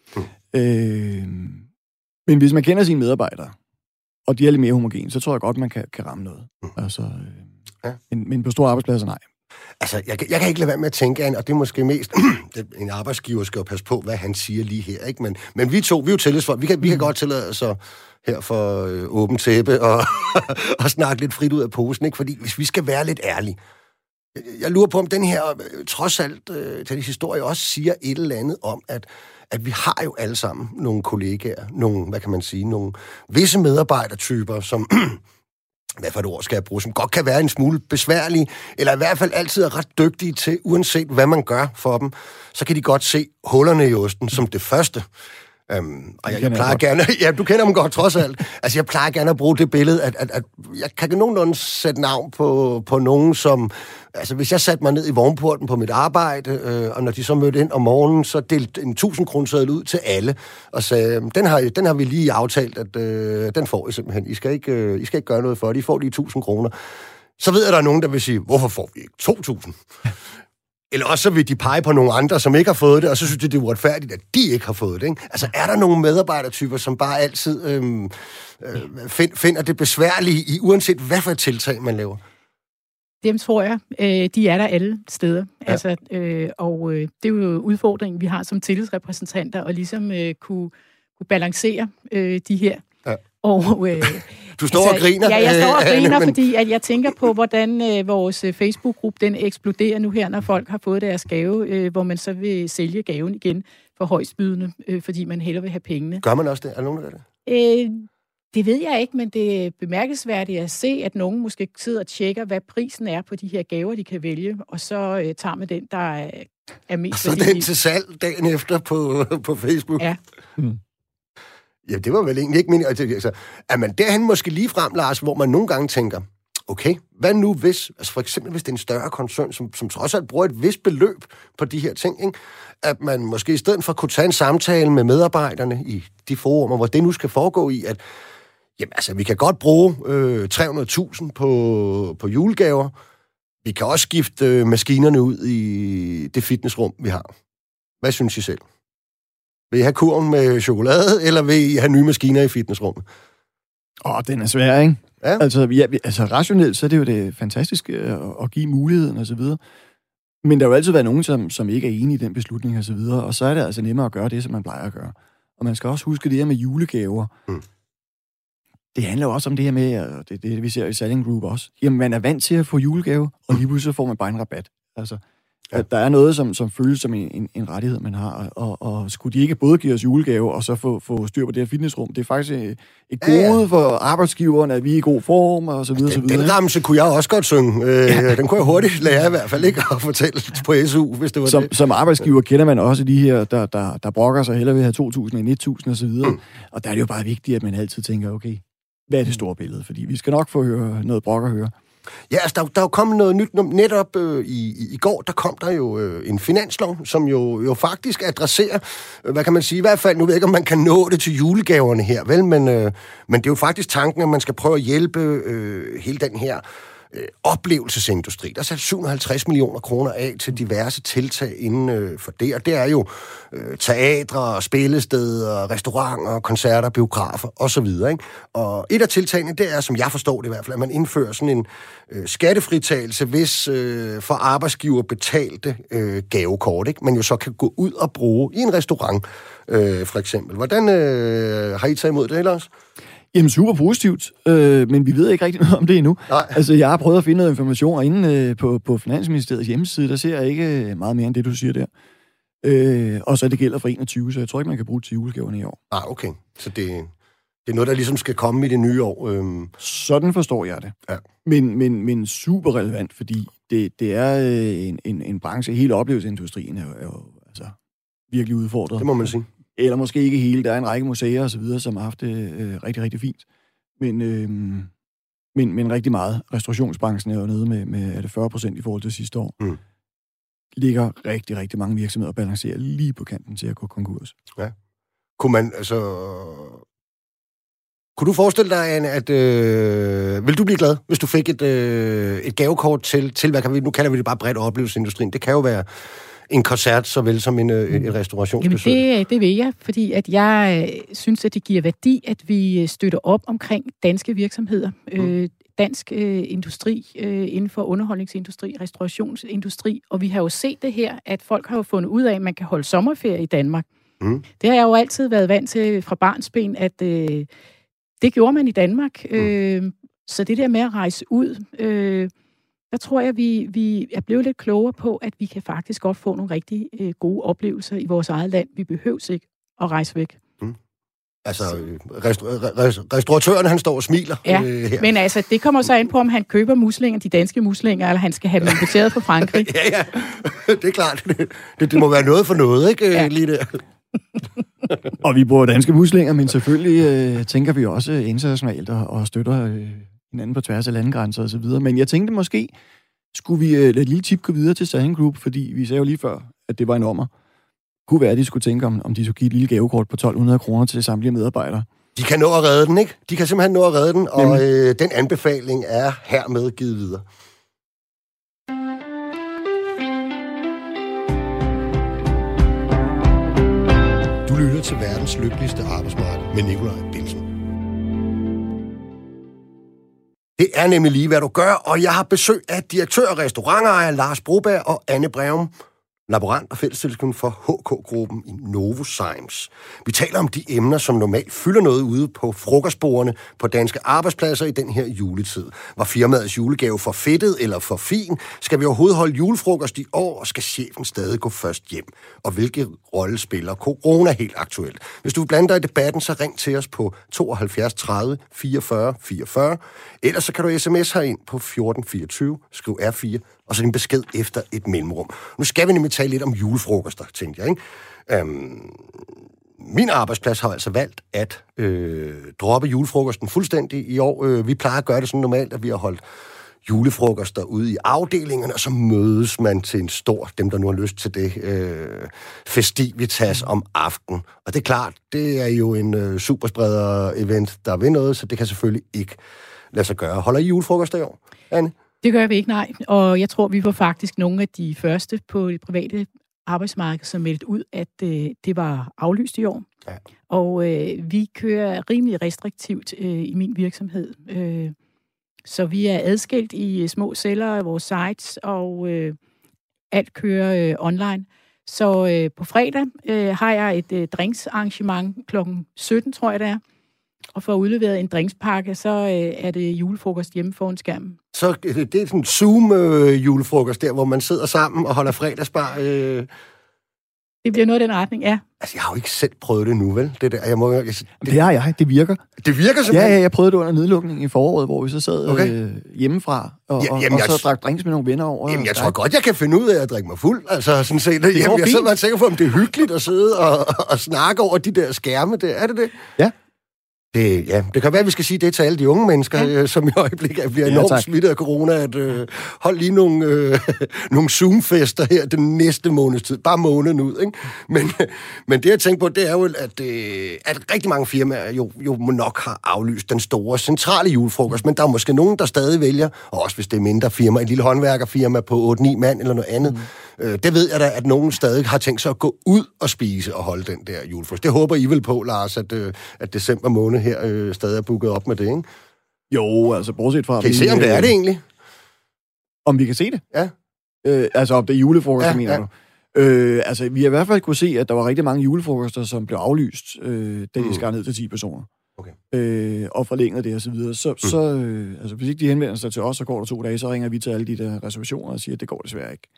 Men hvis man kender sine medarbejdere, og de er lidt mere homogene, så tror jeg godt, man kan ramme noget. Altså... Men på store arbejdspladser, nej. Altså, jeg kan ikke lade være med at tænke, og det er måske mest, en arbejdsgiver skal jo passe på, hvad han siger lige her, ikke? Men vi er jo tillidsfolk. Vi kan godt tillade os her for åbent tæppe og snakke lidt frit ud af posen, ikke? Fordi hvis vi skal være lidt ærlige, jeg lurer på, om den her, trods alt, den historie også siger et eller andet om, at vi har jo alle sammen nogle kollegaer, nogle, hvad kan man sige, nogle visse medarbejdertyper, som... hvad for et ord skal jeg bruge, som godt kan være en smule besværlige, eller i hvert fald altid er ret dygtige til, uanset hvad man gør for dem, så kan de godt se hullerne i osten som det første. Og jeg plejer gerne... Ja, du kender dem godt, trods alt. Altså, jeg plejer gerne at bruge det billede, at jeg kan nogenlunde sætte navn på nogen, som... Altså, hvis jeg satte mig ned i vognporten på mit arbejde, og når de så mødte ind om morgenen, så delte en 1000-kroneseddel ud til alle, og sagde, den har vi lige aftalt, at den får I simpelthen. I skal ikke gøre noget for det. I får lige 1000 kroner. Så ved jeg, der er nogen, der vil sige, hvorfor får vi ikke 2000? Eller også så vil de pege på nogle andre, som ikke har fået det, og så synes de, det er uretfærdigt, at de ikke har fået det, ikke? Altså, er der nogle medarbejdertyper, som bare altid finder det besværlige i, uanset hvad for et tiltag, man laver? Dem tror jeg, de er der alle steder. Ja. Altså, og det er jo udfordringen, vi har som tillidsrepræsentanter, at ligesom kunne balancere de her. Ja. Og, du står og griner. Ja, jeg står og griner, fordi at jeg tænker på, hvordan vores Facebook-gruppe, den eksploderer nu her, når folk har fået deres gave, hvor man så vil sælge gaven igen for højstbydende, fordi man hellere vil have pengene. Gør man også det? Er der nogen, der gør det? Det ved jeg ikke, men det er bemærkelsesværdigt at se, at nogen måske sidder og tjekker, hvad prisen er på de her gaver, de kan vælge, og så tager man den, der er mest... Og så den til salg dagen efter på Facebook. Ja. Ja, det var vel egentlig ikke min... Altså, er man derhen måske lige frem, Lars, hvor man nogle gange tænker, okay, hvad nu hvis... Altså for eksempel, hvis det er en større koncern, som trods alt bruger et vist beløb på de her ting, ikke? At man måske i stedet for kunne tage en samtale med medarbejderne i de forumer, hvor det nu skal foregå i, at jamen, altså, vi kan godt bruge 300.000 på julegaver. Vi kan også skifte maskinerne ud i det fitnessrum, vi har. Hvad synes I selv? Vil I have kurven med chokolade, eller vil I have nye maskiner i fitnessrummet? Den er svær, ikke? Ja. Altså rationelt, så er det jo det fantastiske at give muligheden og så videre. Men der har jo altid været nogen, som ikke er enige i den beslutning og så videre, og så er det altså nemmere at gøre det, som man plejer at gøre. Og man skal også huske det her med julegaver. Det handler jo også om det her med, og det vi ser i Selling Group også. Jamen, man er vant til at få julegave, og lige pludselig får man bare en rabat. Altså, at der er noget, som føles som en rettighed, man har, og skulle de ikke både give os julegave, og så få styr på det her fitnessrum, det er faktisk et gode for arbejdsgiveren, at vi er i god form, og så videre, så videre. Den ramse kunne jeg også godt synge. Den kunne jeg hurtigt lære i hvert fald, ikke at fortælle på SU, hvis det var det. Som arbejdsgiver kender man også de her, der brokker sig hellere ved at have 2.000 end 1.000 og så videre. Og der er det jo bare vigtigt, at man altid tænker, okay, hvad er det store billede? Fordi vi skal nok få høre noget brok at høre. Ja, altså der er jo kommet noget nyt. Netop i går, der kom der jo en finanslov, som jo faktisk adresserer, hvad kan man sige, i hvert fald, nu ved jeg ikke, om man kan nå det til julegaverne her, vel, men det er jo faktisk tanken, at man skal prøve at hjælpe hele den her oplevelsesindustri. Der er sat 750 millioner kroner af til diverse tiltag inden for det, og det er jo teatre, spillesteder, restauranter, koncerter, biografer osv. Og et af tiltagene, det er, som jeg forstår det i hvert fald, at man indfører sådan en skattefritagelse, hvis for arbejdsgiver betalte gavekort, ikke? Man jo så kan gå ud og bruge i en restaurant, for eksempel. Hvordan har I taget imod det, Lars? Jamen, super positivt, men vi ved ikke rigtig noget om det endnu. Nej. Altså, jeg har prøvet at finde noget information, og inde på Finansministeriets hjemmeside, der ser jeg ikke meget mere end det, du siger der. Og så det gælder for 21, så jeg tror ikke, man kan bruge det til julegaverne i år. Okay. Så det er noget, der ligesom skal komme i det nye år. Sådan forstår jeg det. Ja. Men super relevant, fordi det er en branche, hele oplevelsesindustrien er jo altså virkelig udfordret. Det må man sige. Eller måske ikke hele. Der er en række museer og så videre, som har haft det rigtig, rigtig fint. Men rigtig meget. Restaurationsbranchen er jo nede med er det 40% i forhold til sidste år. Ligger rigtig, rigtig mange virksomheder og balancerer lige på kanten til at gå konkurs. Ja. Kunne du forestille dig, at vil du blive glad, hvis du fik et gavekort til hvad nu kalder vi det bare bredt oplevelsesindustrien. Det kan jo være en koncert, såvel som en restaurationsbesøg. Jamen det vil jeg, fordi at jeg synes, at det giver værdi, at vi støtter op omkring danske virksomheder. Dansk industri inden for underholdningsindustri, restaurationsindustri, og vi har jo set det her, at folk har jo fundet ud af, at man kan holde sommerferie i Danmark. Det har jeg jo altid været vant til fra barnsben, at det gjorde man i Danmark. Så det der med at rejse ud, der tror jeg, vi er blevet lidt klogere på, at vi kan faktisk godt få nogle rigtig gode oplevelser i vores eget land. Vi behøver ikke at rejse væk. Altså, restauratøren, han står og smiler. Ja, men altså, det kommer så an på, om han køber muslinger, de danske muslinger, eller han skal have dem importeret fra Frankrig. Ja, det er klart. Det må være noget for noget, ikke? Ja. Lige der. Og vi bruger danske muslinger, men selvfølgelig tænker vi også internationalt og støtter hinanden på tværs af landegrænser og så videre. Men jeg tænkte måske, skulle vi lade et lille tip gå videre til Salling Group, fordi vi sagde jo lige før, at det var en ommer. Kunne være, at de skulle tænke om de skulle give et lille gavekort på 1.200 kroner til samtlige medarbejdere. De kan nå at redde den, ikke? De kan simpelthen nå at redde den, og den anbefaling er hermed givet videre. Du lytter til verdens lykkeligste arbejdsmarked med Nikolaj Bilsen. Det er nemlig lige, hvad du gør, og jeg har besøg af direktør og restaurantejer Lars Broberg og Anne Breum, laborant og fællestilskud for HK-gruppen i Novozymes. Vi taler om de emner, som normalt fylder noget ude på frokostbordene på danske arbejdspladser i den her juletid. Var firmaets julegave for fedtet eller for fin? Skal vi overhovedet holde julefrokost i år, og skal chefen stadig gå først hjem? Og hvilke rolle spiller corona helt aktuelt? Hvis du vil blande dig i debatten, så ring til os på 72 30 44 44. Ellers så kan du sms herind på 1424, skriv R4, og så din besked efter et mellemrum. Nu skal vi nemlig tale lidt om julefrokoster, tænkte jeg, ikke? Min arbejdsplads har altså valgt at droppe julefrokosten fuldstændig i år. Vi plejer at gøre det sådan normalt, at vi har holdt julefrokoster ude i afdelingerne, og så mødes man til en stor, dem der nu har lyst til det, festivitas om aftenen. Og det er klart, det er jo en superspreder-event, der vil noget, så det kan selvfølgelig ikke lade sig gøre. Holder I julefrokoster i år, Anne? Det gør vi ikke, nej. Og jeg tror, vi var faktisk nogle af de første på det private arbejdsmarked, som meldte ud, at det var aflyst i år. Ja. Og vi kører rimelig restriktivt i min virksomhed. Så vi er adskilt i små celler af vores sites, og alt kører online. Så på fredag har jeg et drinksarrangement kl. 17, tror jeg det er. Og for at udlevere en drinkspakke, så er det julefrokost hjemme foran skærmen. Så det er sådan en Zoom-julefrokost der, hvor man sidder sammen og holder fredagsbar? Det bliver noget af den retning, ja. Altså, jeg har jo ikke selv prøvet det nu, vel? Det har jeg. Det virker. Det virker simpelthen? Ja, jeg prøvede det under nedlukningen i foråret, hvor vi så sad hjemmefra og så drak drinks med nogle venner over. Jamen, jeg tror godt, jeg kan finde ud af at drikke mig fuld. Altså, sådan set. Jeg er simpelthen sikker på, om det er hyggeligt at sidde og snakke over de der skærme der. Er det det? Ja. Det kan være, at vi skal sige det til alle de unge mennesker, som i øjeblikket bliver enormt smittet af corona, at hold lige nogle Zoom-fester her den næste måneds tid. Bare måneden ud, ikke? Men det, jeg tænker på, det er jo, at rigtig mange firmaer jo nok har aflyst den store centrale julefrokost, men der er måske nogen, der stadig vælger, og også hvis det er mindre firma, et lille håndværkerfirma på 8-9 mand eller noget andet. Det ved jeg da, at nogen stadig har tænkt sig at gå ud og spise og holde den der julefrokost. Det håber I vel på, Lars, at december måned her stadig er booket op med det, ikke? Jo, altså bortset fra... Kan I se, om det er det egentlig? Om vi kan se det? Ja. Altså om det er julefrokost, mener du? Altså, vi har i hvert fald kunne se, at der var rigtig mange julefrokoster, som blev aflyst, da de skar ned til 10 personer. Okay. Og forlængede det og så videre. Så altså, hvis ikke de henvender sig til os, så går der 2 dage, så ringer vi til alle de der reservationer og siger, at det går desværre ikke.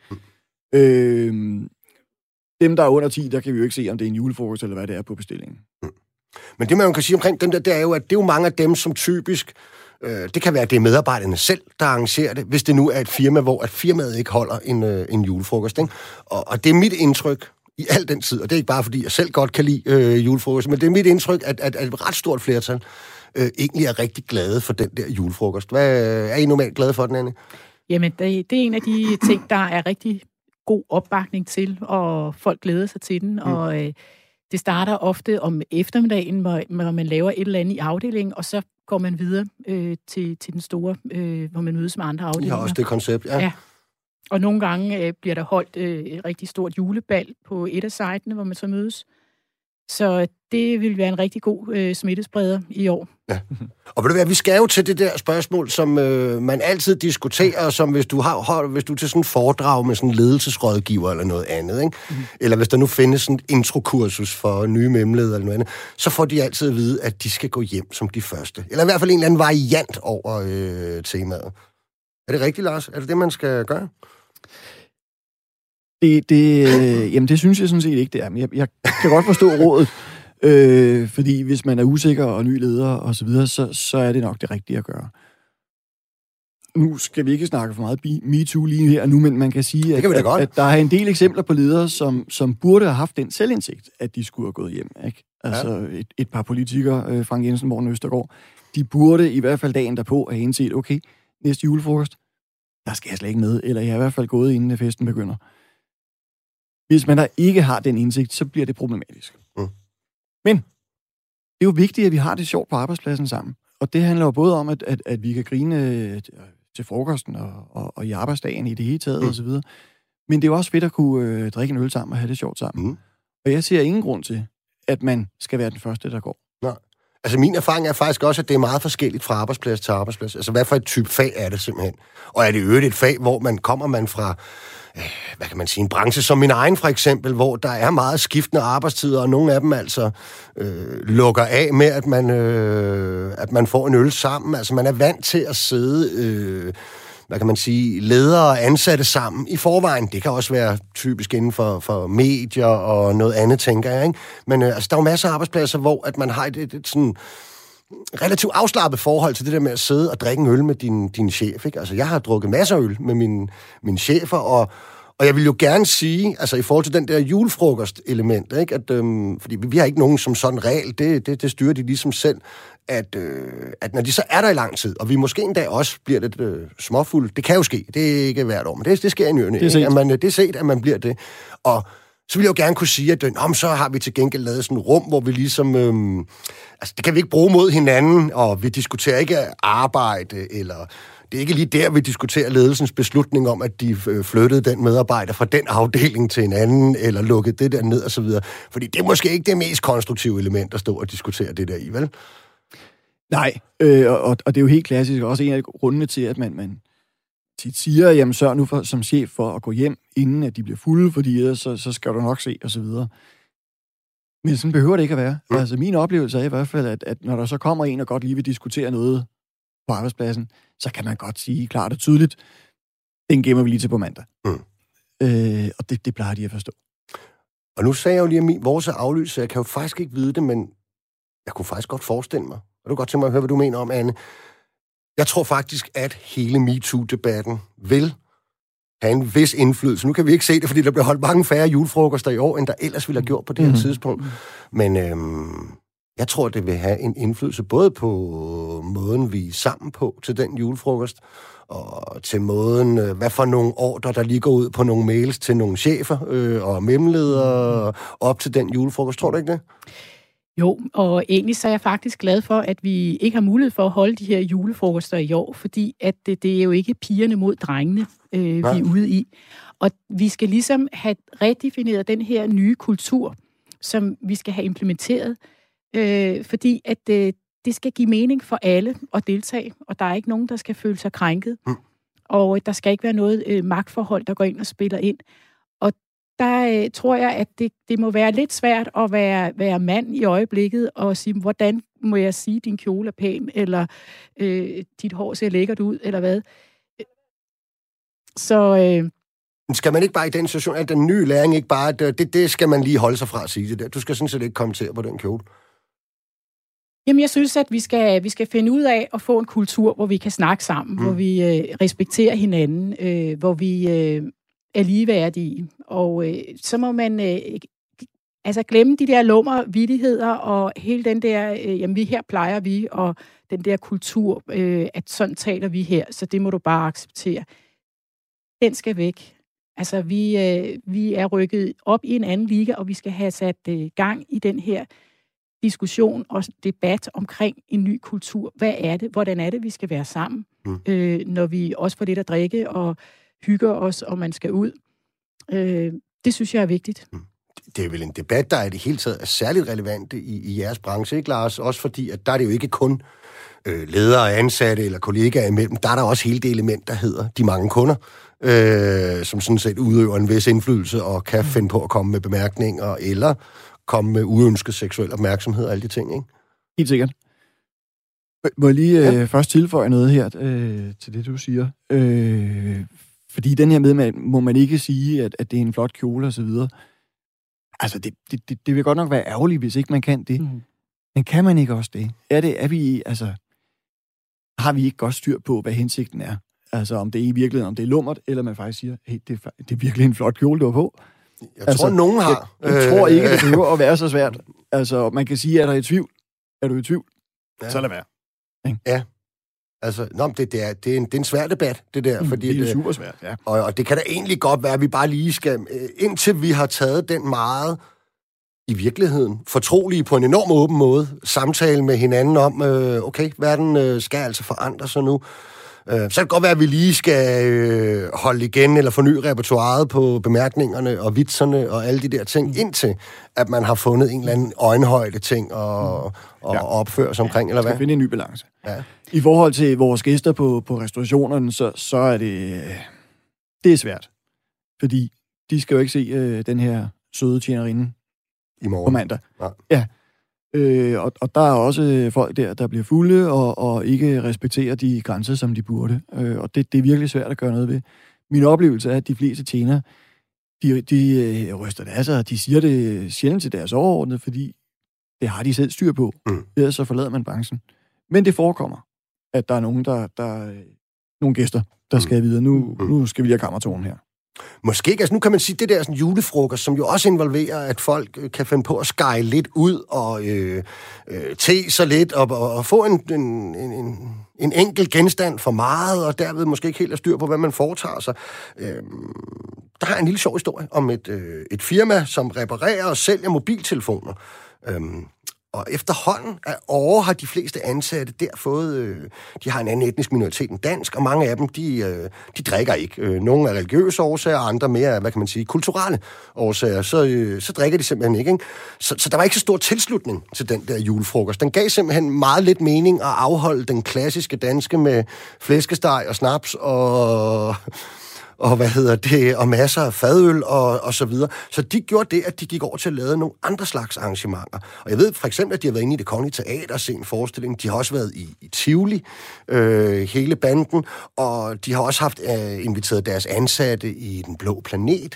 Dem, der er under 10, der kan vi jo ikke se, om det er en julefrokost, eller hvad det er på bestillingen. Men det, man kan sige omkring dem der, det er jo, at det er jo mange af dem, som typisk... det kan være, at det er medarbejderne selv, der arrangerer det, hvis det nu er et firma, hvor at firmaet ikke holder en julefrokost. Ikke? Og det er mit indtryk i al den tid, og det er ikke bare, fordi jeg selv godt kan lide julefrokost, men det er mit indtryk, at et ret stort flertal egentlig er rigtig glade for den der julefrokost. Hvad er I normalt glade for den, Anne? Jamen, det er en af de ting, der er rigtig god opbakning til, og folk glæder sig til den, og det starter ofte om eftermiddagen, hvor man laver et eller andet i afdelingen, og så går man videre til den store, hvor man mødes med andre afdelinger. Ja, også det koncept, ja. Og nogle gange bliver der holdt et rigtig stort julebal på et af sitene, hvor man så mødes. Så det vil være en rigtig god smittespreder i år. Ja. Og ved du hvad, vi skal jo til det der spørgsmål, som man altid diskuterer, som hvis du er til sådan en foredrag med sådan en ledelsesrådgiver eller noget andet, ikke? Eller hvis der nu findes sådan et introkursus for nye mellemledere eller noget andet, så får de altid at vide, at de skal gå hjem som de første. Eller i hvert fald en eller anden variant over temaet. Er det rigtigt, Lars? Er det det, man skal gøre? Jamen, det synes jeg sådan set ikke, det er. Men jeg kan godt forstå rådet, fordi hvis man er usikker og ny leder og så videre, så er det nok det rigtige at gøre. Nu skal vi ikke snakke for meget MeToo lige her nu, men man kan sige, at der er en del eksempler på ledere, som burde have haft den selvindsigt, at de skulle have gået hjem. Ikke? Altså et par politikere, Frank Jensen, Morten Østergaard, de burde i hvert fald dagen derpå have indset, okay, næste julefrokost, der skal jeg slet ikke med, eller jeg er i hvert fald gået, inden festen begynder. Hvis man der ikke har den indsigt, så bliver det problematisk. Men det er jo vigtigt, at vi har det sjovt på arbejdspladsen sammen. Og det handler jo både om, at vi kan grine til frokosten og i arbejdsdagen i det hele taget og så videre. Men det er jo også fedt at kunne drikke en øl sammen og have det sjovt sammen. Og jeg ser ingen grund til, at man skal være den første, der går. Nej. Altså min erfaring er faktisk også, at det er meget forskelligt fra arbejdsplads til arbejdsplads. Altså hvad for et type fag er det simpelthen? Og er det øvrigt et fag, hvor man fra hvad kan man sige, en branche som min egen for eksempel, hvor der er meget skiftende arbejdstider, og nogle af dem altså lukker af med, at man får en øl sammen. Altså man er vant til at sidde, hvad kan man sige, ledere og ansatte sammen i forvejen. Det kan også være typisk inden for medier og noget andet, tænker jeg, ikke? Men altså, der er jo masser af arbejdspladser, hvor at man har et sådan relativt afslappet forhold til det der med at sidde og drikke en øl med din chef, ikke? Altså, jeg har drukket masser af øl med mine chefer, og jeg vil jo gerne sige, altså i forhold til den der julefrokost-element, ikke? At, fordi vi har ikke nogen som sådan regel, det styrer de ligesom selv, at når de så er der i lang tid, og vi måske en dag også bliver lidt småfulde, det kan jo ske, det er ikke hvert år, men det sker i nyerne, det er set, at man bliver det, og så vil jeg jo gerne kunne sige, at så har vi til gengæld lavet sådan et rum, hvor vi ligesom... altså, det kan vi ikke bruge mod hinanden, og vi diskuterer ikke arbejde, eller... Det er ikke lige der, vi diskuterer ledelsens beslutning om, at de flyttede den medarbejder fra den afdeling til en anden, eller lukkede det der ned, og så videre. Fordi det er måske ikke det mest konstruktive element, at stå og diskutere det der i, vel? Nej, og det er jo helt klassisk, også en af grundene til, at man tit siger, jamen sørg nu som chef for at gå hjem, inden at de bliver fulde, fordi så skal du nok se, og så videre. Men sådan behøver det ikke at være. Altså min oplevelse er i hvert fald, at når der så kommer en og godt lige vil diskutere noget på arbejdspladsen, så kan man godt sige klart og tydeligt, den gemmer vi lige til på mandag. Og det plejer de at forstå. Og nu sagde jeg jo lige, at vores er aflyst, så jeg kan jo faktisk ikke vide det, men jeg kunne faktisk godt forestille mig. Og du godt tænke mig at høre, hvad du mener om, Anne. Jeg tror faktisk, at hele MeToo-debatten vil have en vis indflydelse. Nu kan vi ikke se det, fordi der bliver holdt mange færre julefrokoster i år, end der ellers ville have gjort på det her tidspunkt. Men Jeg tror, det vil have en indflydelse både på måden, vi er sammen på til den julefrokost, og til måden, hvad for nogle ordrer, der lige går ud på nogle mails til nogle chefer og mellemledere op til den julefrokost. Tror du ikke det? Jo, og egentlig så er jeg faktisk glad for, at vi ikke har mulighed for at holde de her julefrokoster i år, fordi at det er jo ikke pigerne mod drengene, vi er ude i. Og vi skal ligesom have redefineret den her nye kultur, som vi skal have implementeret, fordi at det skal give mening for alle at deltage, og der er ikke nogen, der skal føle sig krænket. Og der skal ikke være noget magtforhold, der går ind og spiller ind. Og der tror jeg, at det må være lidt svært at være mand i øjeblikket og sige, hvordan må jeg sige, din kjole er pæn, eller dit hår ser lækkert ud, eller hvad. Så... Skal man ikke bare i den situation, at den nye læring ikke bare, det skal man lige holde sig fra at sige det der. Du skal sådan set ikke kommentere på den kjole. Jamen, jeg synes, at vi skal finde ud af at få en kultur, hvor vi kan snakke sammen, hvor vi respekterer hinanden, hvor vi er ligeværdige. Og så må man glemme de der lummer, vittigheder og hele den der, jamen her plejer vi, og den der kultur, at sådan taler vi her, så det må du bare acceptere. Den skal væk. Altså, vi er rykket op i en anden liga, og vi skal have sat gang i den her diskussion og debat omkring en ny kultur. Hvad er det? Hvordan er det, vi skal være sammen? Når vi også får lidt at drikke og hygger os, og man skal ud. Det synes jeg er vigtigt. Det er vel en debat, der i det hele taget er særligt relevant i jeres branche, ikke Lars? Også fordi, at der er det jo ikke kun ledere, ansatte eller kollegaer imellem. Der er der også hele det element, der hedder de mange kunder, som sådan set udøver en vis indflydelse og kan finde på at komme med bemærkninger eller komme med uønsket seksuel opmærksomhed og alle de ting, ikke? Helt sikkert. Må jeg lige først tilføje noget her til det, du siger? Fordi den her med, må man ikke sige, at det er en flot kjole og så videre. Altså, det vil godt nok være ærgerligt, hvis ikke man kan det. Men kan man ikke også det? Har vi ikke godt styr på, hvad hensigten er? Altså, om det er i virkeligheden, om det er lummert, eller man faktisk siger, hey, det er virkelig en flot kjole, du har på. Jeg tror, nogen har. Jeg tror ikke, det behøver at være så svært. Altså, man kan sige, er du i tvivl? Ja. Så lad være. Ja. Altså, det er en svær debat, det der. Fordi det er super svært, ja. Og det kan da egentlig godt være, at vi bare lige skal, indtil vi har taget den meget, i virkeligheden, fortrolige på en enorm åben måde, samtale med hinanden om, okay, verden skal altså forandre sig nu. Så kan det godt være, at vi lige skal holde igen eller forny repertoiret på bemærkningerne og vitserne og alle de der ting, indtil at man har fundet en eller anden øjenhøjde ting og opføre sig omkring, eller hvad? Skal finde en ny balance. Ja. I forhold til vores gæster på restaurationerne, så er det er svært. Fordi de skal jo ikke se den her søde tjenerinde i morgen på mandag. Ja. Og der er også folk der bliver fulde og ikke respekterer de grænser, som de burde. Og det er virkelig svært at gøre noget ved. Min oplevelse er, at de fleste tjenere, de ryster det af sig, og de siger det sjældent til deres overordnede, fordi det har de selv styr på. Ellers så forlader man branchen. Men det forekommer, at der er nogen, nogle gæster, der skal videre. Nu skal vi lige have kammertonen her. Måske ikke. Altså, nu kan man sige, det der sådan julefrokost, som jo også involverer, at folk kan finde på at skære lidt ud og te sig lidt og få en enkelt genstand for meget, og derved måske ikke helt have styr på, hvad man foretager sig. Der har en lille sjov historie om et firma, som reparerer og sælger mobiltelefoner. Og efterhånden har de fleste ansatte der fået, de har en anden etnisk minoritet end dansk, og mange af dem, de drikker ikke. Nogle er religiøse årsager, andre mere, hvad kan man sige, kulturelle årsager. Så drikker de simpelthen ikke. Så der var ikke så stor tilslutning til den der julefrokost. Den gav simpelthen meget lidt mening at afholde den klassiske danske med flæskesteg og snaps og og masser af fadøl og så videre. Så de gjorde det, at de gik over til at lave nogle andre slags arrangementer. Og jeg ved for eksempel, at de har været inde i Det Kongelige Teater og set en forestilling. De har også været i Tivoli, hele banden, og de har også haft inviteret deres ansatte i Den Blå Planet.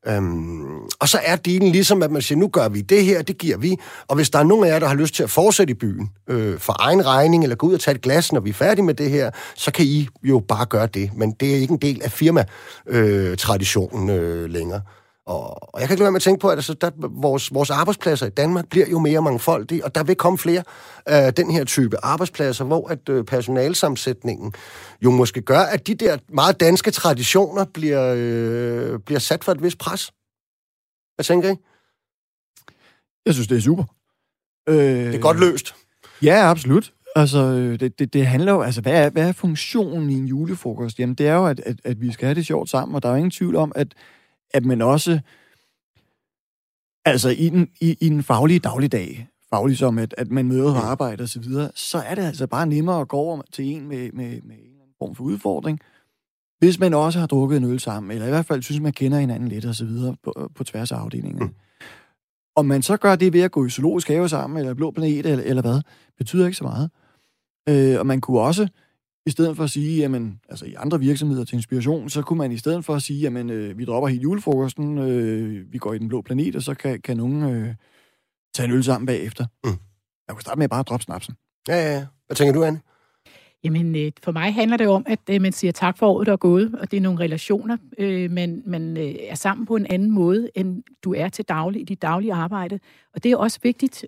Og så er dealen ligesom, at man siger, nu gør vi det her, det giver vi, og hvis der er nogen af jer, der har lyst til at fortsætte i byen for egen regning, eller gå ud og tage et glas, når vi er færdige med det her, så kan I jo bare gøre det, men det er ikke en del af firma-traditionen længere. Og jeg kan ikke lade være med at tænke på, at altså, vores arbejdspladser i Danmark bliver jo mere mangfoldige, og der vil komme flere af den her type arbejdspladser, hvor at personalsammensætningen jo måske gør, at de der meget danske traditioner bliver sat for et vist pres. Hvad tænker I? Jeg synes, det er super. Det er godt løst. Ja, absolut. Altså, det handler jo... Altså, hvad er funktionen i en julefrokost? Jamen, det er jo, at vi skal have det sjovt sammen, og der er jo ingen tvivl om, at man også... Altså, i den faglige dagligdag, faglig som at man møder på arbejde og så videre, så er det altså bare nemmere at gå over til en med en eller anden form for udfordring, hvis man også har drukket en øl sammen, eller i hvert fald synes, man kender hinanden lidt og så videre på tværs af afdelingen. Om man så gør det ved at gå i zoologisk have sammen, eller Blå Planet, eller hvad, betyder ikke så meget. Og man kunne også, i stedet for at sige, jamen, altså i andre virksomheder til inspiration, så kunne man i stedet for at sige, jamen, vi dropper helt julefrokosten, vi går i Den Blå Planet, og så kan nogen tage en øl sammen bagefter. Jeg kunne starte med at bare droppe snapsen. Ja. Hvad tænker du, Anne? Jamen, for mig handler det om, at man siger tak for året, der er gået, og det er nogle relationer. Man er sammen på en anden måde, end du er til daglig i dit daglige arbejde. Og det er også vigtigt.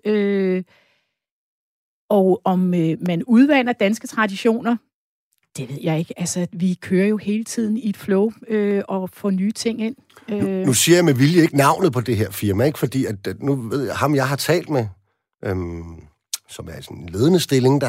Og om man udvander danske traditioner, det ved jeg ikke. Altså, vi kører jo hele tiden i et flow og får nye ting ind. Nu siger jeg med vilje ikke navnet på det her firma, ikke? Fordi at nu ved jeg, ham jeg har talt med, som er sådan en ledende stilling, der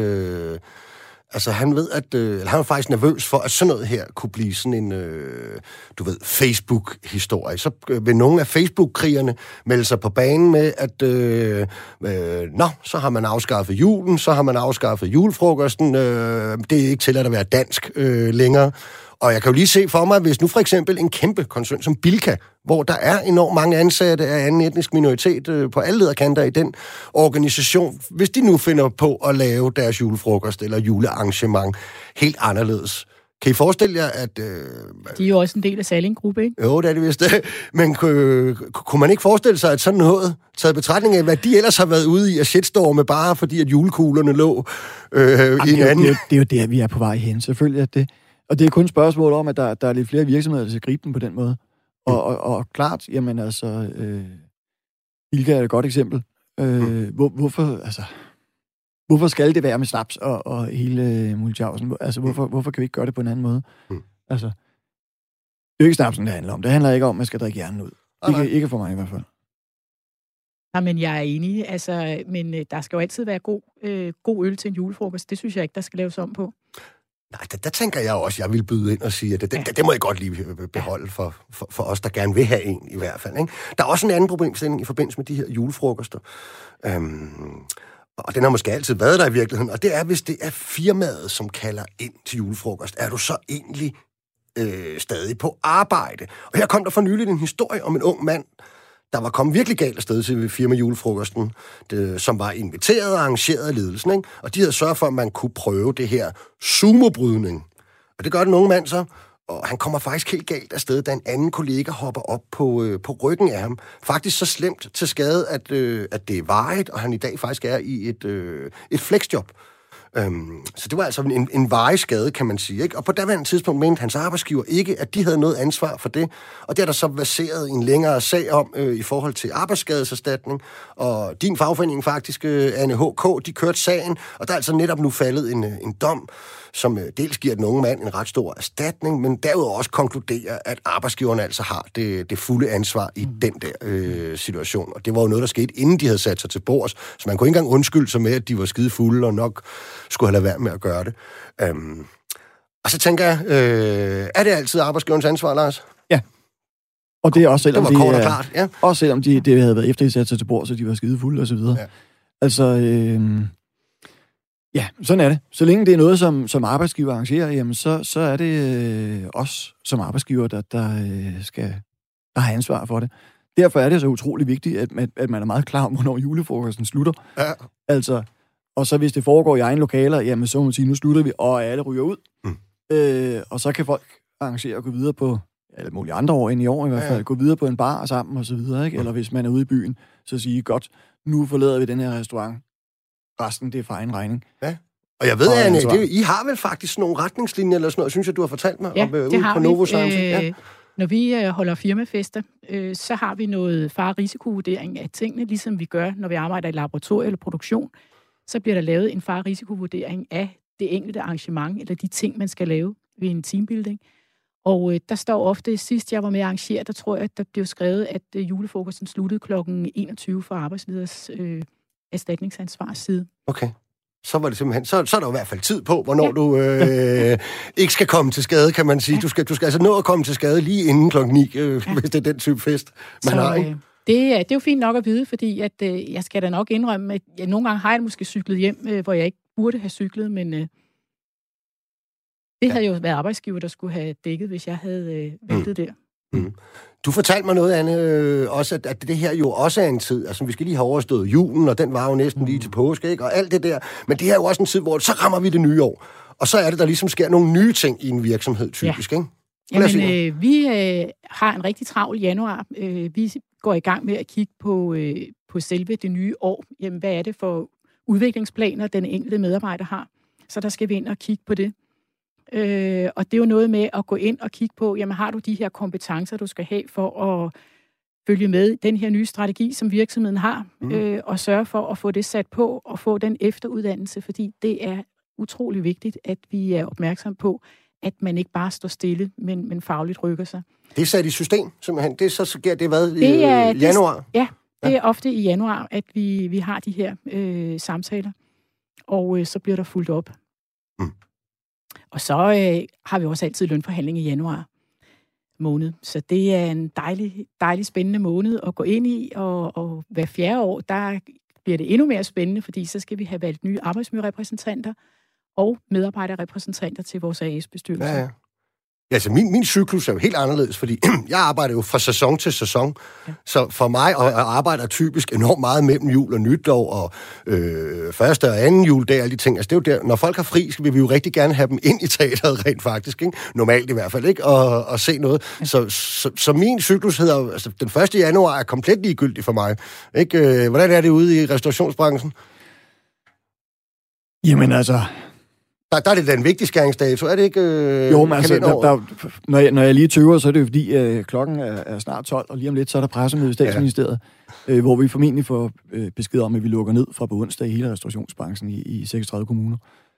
han ved, at han var faktisk nervøs for, at sådan noget her kunne blive sådan en, Facebook-historie. Så vil nogle af Facebook-krigerne melde sig på banen med, at så har man afskaffet julen, så har man afskaffet julefrokosten, det er ikke tilladt at være dansk længere. Og jeg kan jo lige se for mig, hvis nu for eksempel en kæmpe koncern som Bilka, hvor der er enormt mange ansatte af anden etnisk minoritet på alle lederkanter i den organisation, hvis de nu finder på at lave deres julefrokost eller julearrangement helt anderledes. Kan I forestille jer, at... De er jo også en del af Salling-gruppe, ikke? Jo, det er det vist. Men kunne man ikke forestille sig, at sådan noget, taget betragtning af, hvad de ellers har været ude i at shitstorme, bare fordi at julekuglerne lå i en anden... Det er jo der, vi er på vej hen. Selvfølgelig er det. Og det er kun et spørgsmål om, at der er lidt flere virksomheder, der skal gribe den på den måde. Og klart, jamen altså, Bilka er et godt eksempel. Hvorfor skal det være med snaps og hele multijavsen? Altså, hvorfor kan vi ikke gøre det på en anden måde? Altså, det er jo ikke snapsen, det handler om. Det handler ikke om, at man skal drikke hjernen ud. Ikke for mig i hvert fald. Ja, men jeg er enig. Altså, men der skal jo altid være god øl til en julefrokost. Det synes jeg ikke, der skal laves om på. Nej, der tænker jeg også, jeg vil byde ind og sige, at det må jeg godt lige beholde for os, der gerne vil have en i hvert fald. Ikke? Der er også en anden problemstilling i forbindelse med de her julefrokoster. Og den har måske altid været der i virkeligheden. Og det er, hvis det er firmaet, som kalder ind til julefrokost, er du så egentlig stadig på arbejde? Og her kom der for nylig en historie om en ung mand, der var kommet virkelig galt afsted til firma julefrokosten, som var inviteret og arrangeret af ledelsen, ikke? Og de havde sørget for, at man kunne prøve det her sumobrydning. Og det gør den unge mand så, og han kommer faktisk helt galt afsted, da en anden kollega hopper op på ryggen af ham. Faktisk så slemt til skade, at det er varigt, og han i dag faktisk er i et flexjob. Så det var altså en varig skade, kan man sige, ikke? Og på daværende tidspunkt mente hans arbejdsgiver ikke, at de havde noget ansvar for det. Og det er der så baseret en længere sag om i forhold til arbejdsskadeserstatning. Og din fagforening faktisk, Anne HK, de kørte sagen, og der er altså netop nu faldet en dom, som dels giver den unge mand en ret stor erstatning, men derudover også konkluderer, at arbejdsgiveren altså har det fulde ansvar i den der situation. Og det var jo noget, der skete, inden de havde sat sig til bords, så man kunne ikke engang undskylde sig med, at de var skide fulde og nok skulle have lade være med at gøre det. Og så tænker jeg, er det altid arbejdsgiverens ansvar, Lars? Ja. Og det er også selvom det var kort og klart, ja. Også selvom det havde været efter, de satte sig til bords, så de var skide fulde og så videre. Ja. Altså, ja, sådan er det. Så længe det er noget, som arbejdsgiver arrangerer, jamen så er det os som arbejdsgiver, der har ansvar for det. Derfor er det så utrolig vigtigt, at man er meget klar om, hvornår julefrokosten slutter. Ja. Altså, og så hvis det foregår i egen lokaler, jamen så må man sige, nu slutter vi, og alle ryger ud. Og så kan folk arrangere at gå videre på, alle mulige andre år end i år i hvert fald, gå videre på en bar sammen og så videre, ikke? Eller hvis man er ude i byen, så sige, godt, nu forlader vi den her restaurant. Resten, det er for egen regning. Ja. Og jeg ved, Anne, I har vel faktisk nogle retningslinjer eller sådan noget, synes jeg, du har fortalt mig om ude på Novozymes. Når vi holder firmafester, så har vi noget fare-risikovurdering af tingene, ligesom vi gør, når vi arbejder i laboratorium eller produktion. Så bliver der lavet en fare-risikovurdering af det enkelte arrangement, eller de ting, man skal lave ved en teambuilding. Og der står ofte, sidst jeg var med at arrangere, der tror jeg, at der blev skrevet, at julefrokosten sluttede kl. 21 for arbejdsleders erstatningsansvars side. Okay. Så var det simpelthen, så er der i hvert fald tid på, hvornår du ikke skal komme til skade, kan man sige. Ja. Du skal altså nå at komme til skade lige inden klokken 9, hvis det er den type fest, man har, ikke? Det er jo fint nok at vide, fordi at, jeg skal da nok indrømme, at jeg nogle gange har jeg måske cyklet hjem, hvor jeg ikke burde have cyklet, men det havde jo været arbejdsgiver, der skulle have dækket, hvis jeg havde væltet der. Mm. Du fortalte mig noget, Anne, også, at det her jo også er en tid, altså vi skal lige have overstået julen, og den var jo næsten lige til påske, ikke? Og alt det der, men det her er jo også en tid, hvor så rammer vi det nye år, og så er det, der ligesom sker nogle nye ting i en virksomhed, typisk, ikke? Jamen, vi har en rigtig travl januar. Vi går i gang med at kigge på selve det nye år. Jamen, hvad er det for udviklingsplaner, den enkelte medarbejder har? Så der skal vi ind og kigge på det. Og det er jo noget med at gå ind og kigge på, jamen har du de her kompetencer, du skal have for at følge med den her nye strategi, som virksomheden har, og sørge for at få det sat på og få den efteruddannelse, fordi det er utrolig vigtigt, at vi er opmærksom på, at man ikke bare står stille, men fagligt rykker sig. Det er sat i system, simpelthen. Det så sker det hvad i januar? Det er ofte i januar, at vi har de her samtaler, og så bliver der fulgt op. Og så har vi også altid lønforhandling i januar måned. Så det er en dejlig spændende måned at gå ind i, og hver 4. år, der bliver det endnu mere spændende, fordi så skal vi have valgt nye arbejdsmiljørepræsentanter og medarbejderrepræsentanter til vores AS-bestyrelse. Ja. Altså, min cyklus er jo helt anderledes, fordi jeg arbejder jo fra sæson til sæson. Ja. Så for mig, og jeg arbejder typisk enormt meget mellem jul og nytår, og første og anden juledag, alle de ting. Altså, det er jo der, når folk har fri, så vil vi jo rigtig gerne have dem ind i teateret, rent faktisk, ikke? Normalt i hvert fald, ikke? Og se noget. Ja. Så min cyklus hedder, altså, den 1. januar er komplet ligegyldig for mig. Ikke? Hvordan er det ude i restaurationsbranchen? Jamen altså... Der er det da en vigtig skæringsdato, er det ikke? Jo, men altså, når jeg lige tøver, så er det jo fordi, klokken er snart 12, og lige om lidt, så er der pressemøde i Statsministeriet, hvor vi formentlig får besked om, at vi lukker ned fra på onsdag i hele restaurationsbranchen i 36 kommuner.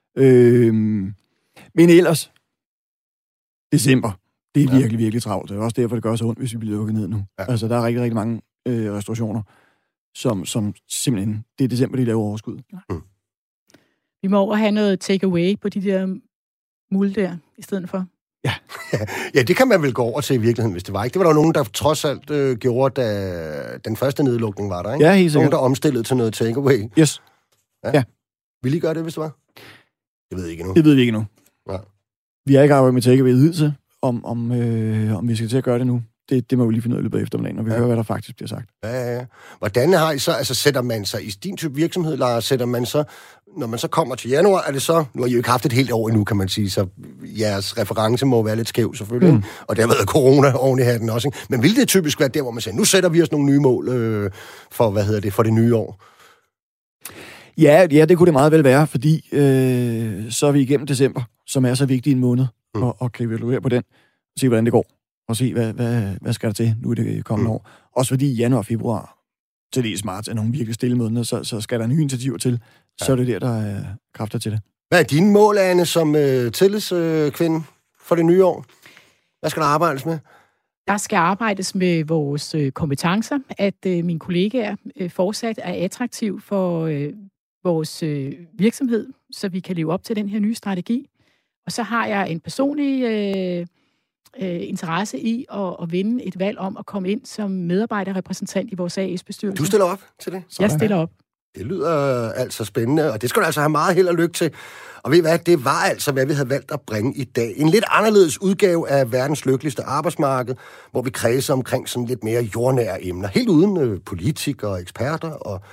Men ellers, december, det er virkelig, virkelig travlt. Det er også derfor, det gør så ondt, hvis vi bliver lukket ned nu. Ja. Altså, der er rigtig, rigtig mange restaurationer, som simpelthen, det er december, de laver overskud. Ja. Vi må over have noget take-away på de der mul der, i stedet for. Ja, det kan man vel gå over til i virkeligheden, hvis det var ikke. Det var der nogen, der trods alt gjorde, da den første nedlukning var der, ikke? Ja, helt sikkert. Nogen, der omstillede til noget take-away. Yes. Ja. Vil I gøre det, hvis det var? Det ved jeg ikke endnu. Det ved vi ikke endnu. Ja. Vi har ikke arbejdet med take-away hidtil, om vi skal til at gøre det nu. Det må vi lige finde ud af i løbet af eftermiddagen, når vi hører, hvad der faktisk bliver sagt. Ja. Hvordan har I så, altså sætter man sig i din type virksomhed, eller sætter man så, når man så kommer til januar, er det så, nu har I jo ikke haft et helt år endnu, kan man sige, så jeres reference må være lidt skæv selvfølgelig, og der har været corona oven i hatten også, ikke? Men vil det typisk være der, hvor man siger, nu sætter vi os nogle nye mål for, for det nye år? Ja, det kunne det meget vel være, fordi så er vi igennem december, som er så vigtig en måned, og kan evaluere på den, og se, hvordan det går. Og se, hvad skal der til nu i det kommende år. Også fordi januar, februar, til det marts er nogle virkelig stille måneder, så skal der nye initiativer til. Så er det der er kræfter til det. Hvad er dine mål, Anne, som tillidskvinde for det nye år? Hvad skal der arbejdes med? Der skal arbejdes med vores kompetencer, at mine kollegaer fortsat er attraktiv for vores virksomhed, så vi kan leve op til den her nye strategi. Og så har jeg en personlig interesse i at vinde et valg om at komme ind som medarbejderrepræsentant i vores AS-bestyrelse. Du stiller op til det? Jeg stiller op. Det lyder altså spændende, og det skal du altså have meget held og lykke til. Og ved I hvad, det var altså, hvad vi havde valgt at bringe i dag. En lidt anderledes udgave af verdens lykkeligste arbejdsmarked, hvor vi kredser omkring sådan lidt mere jordnære emner. Helt uden politikere og eksperter og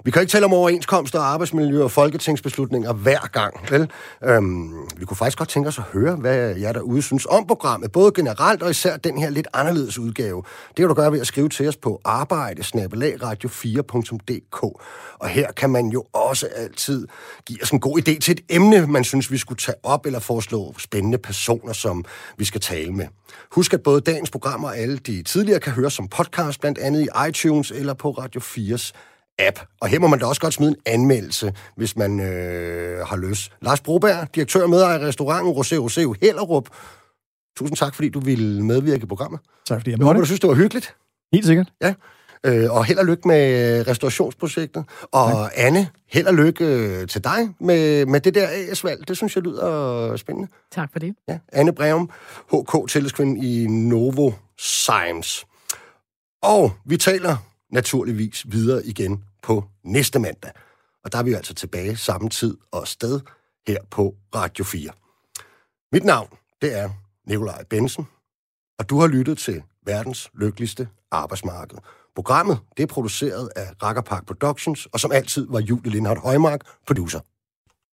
Vi kan ikke tale om overenskomster, arbejdsmiljø og folketingsbeslutninger hver gang, vel? Vi kunne faktisk godt tænke os at høre, hvad jer derude synes om programmet, både generelt og især den her lidt anderledes udgave. Det kan du gøre ved at skrive til os på arbejde@radio4.dk. Og her kan man jo også altid give os en god idé til et emne, man synes, vi skulle tage op, eller foreslå spændende personer, som vi skal tale med. Husk, at både dagens program og alle de tidligere kan høres som podcast, blandt andet i iTunes eller på Radio 4's app. Og her må man da også godt smide en anmeldelse, hvis man har lyst. Lars Broberg, direktør og medejer af restauranten Rosé Hellerup. Tusind tak, fordi du ville medvirke i programmet. Tak fordi jeg måtte. Jeg håber, du synes, det var hyggeligt. Helt sikkert. Ja. Og held og lykke med restaurationsprojektet. Og Anne, held og lykke til dig med det der AS-valg. Det synes jeg lyder spændende. Tak for det. Ja. Anne Breum, HK-tillidsquinde i Novozymes. Og vi taler naturligvis videre igen på næste mandag. Og der er vi altså tilbage samme tid og sted her på Radio 4. Mit navn, det er Nikolaj Bensen, og du har lyttet til verdens lykkeligste arbejdsmarked. Programmet, det er produceret af Rakkerpark Productions, og som altid var Julie Lindhardt Højmark producer.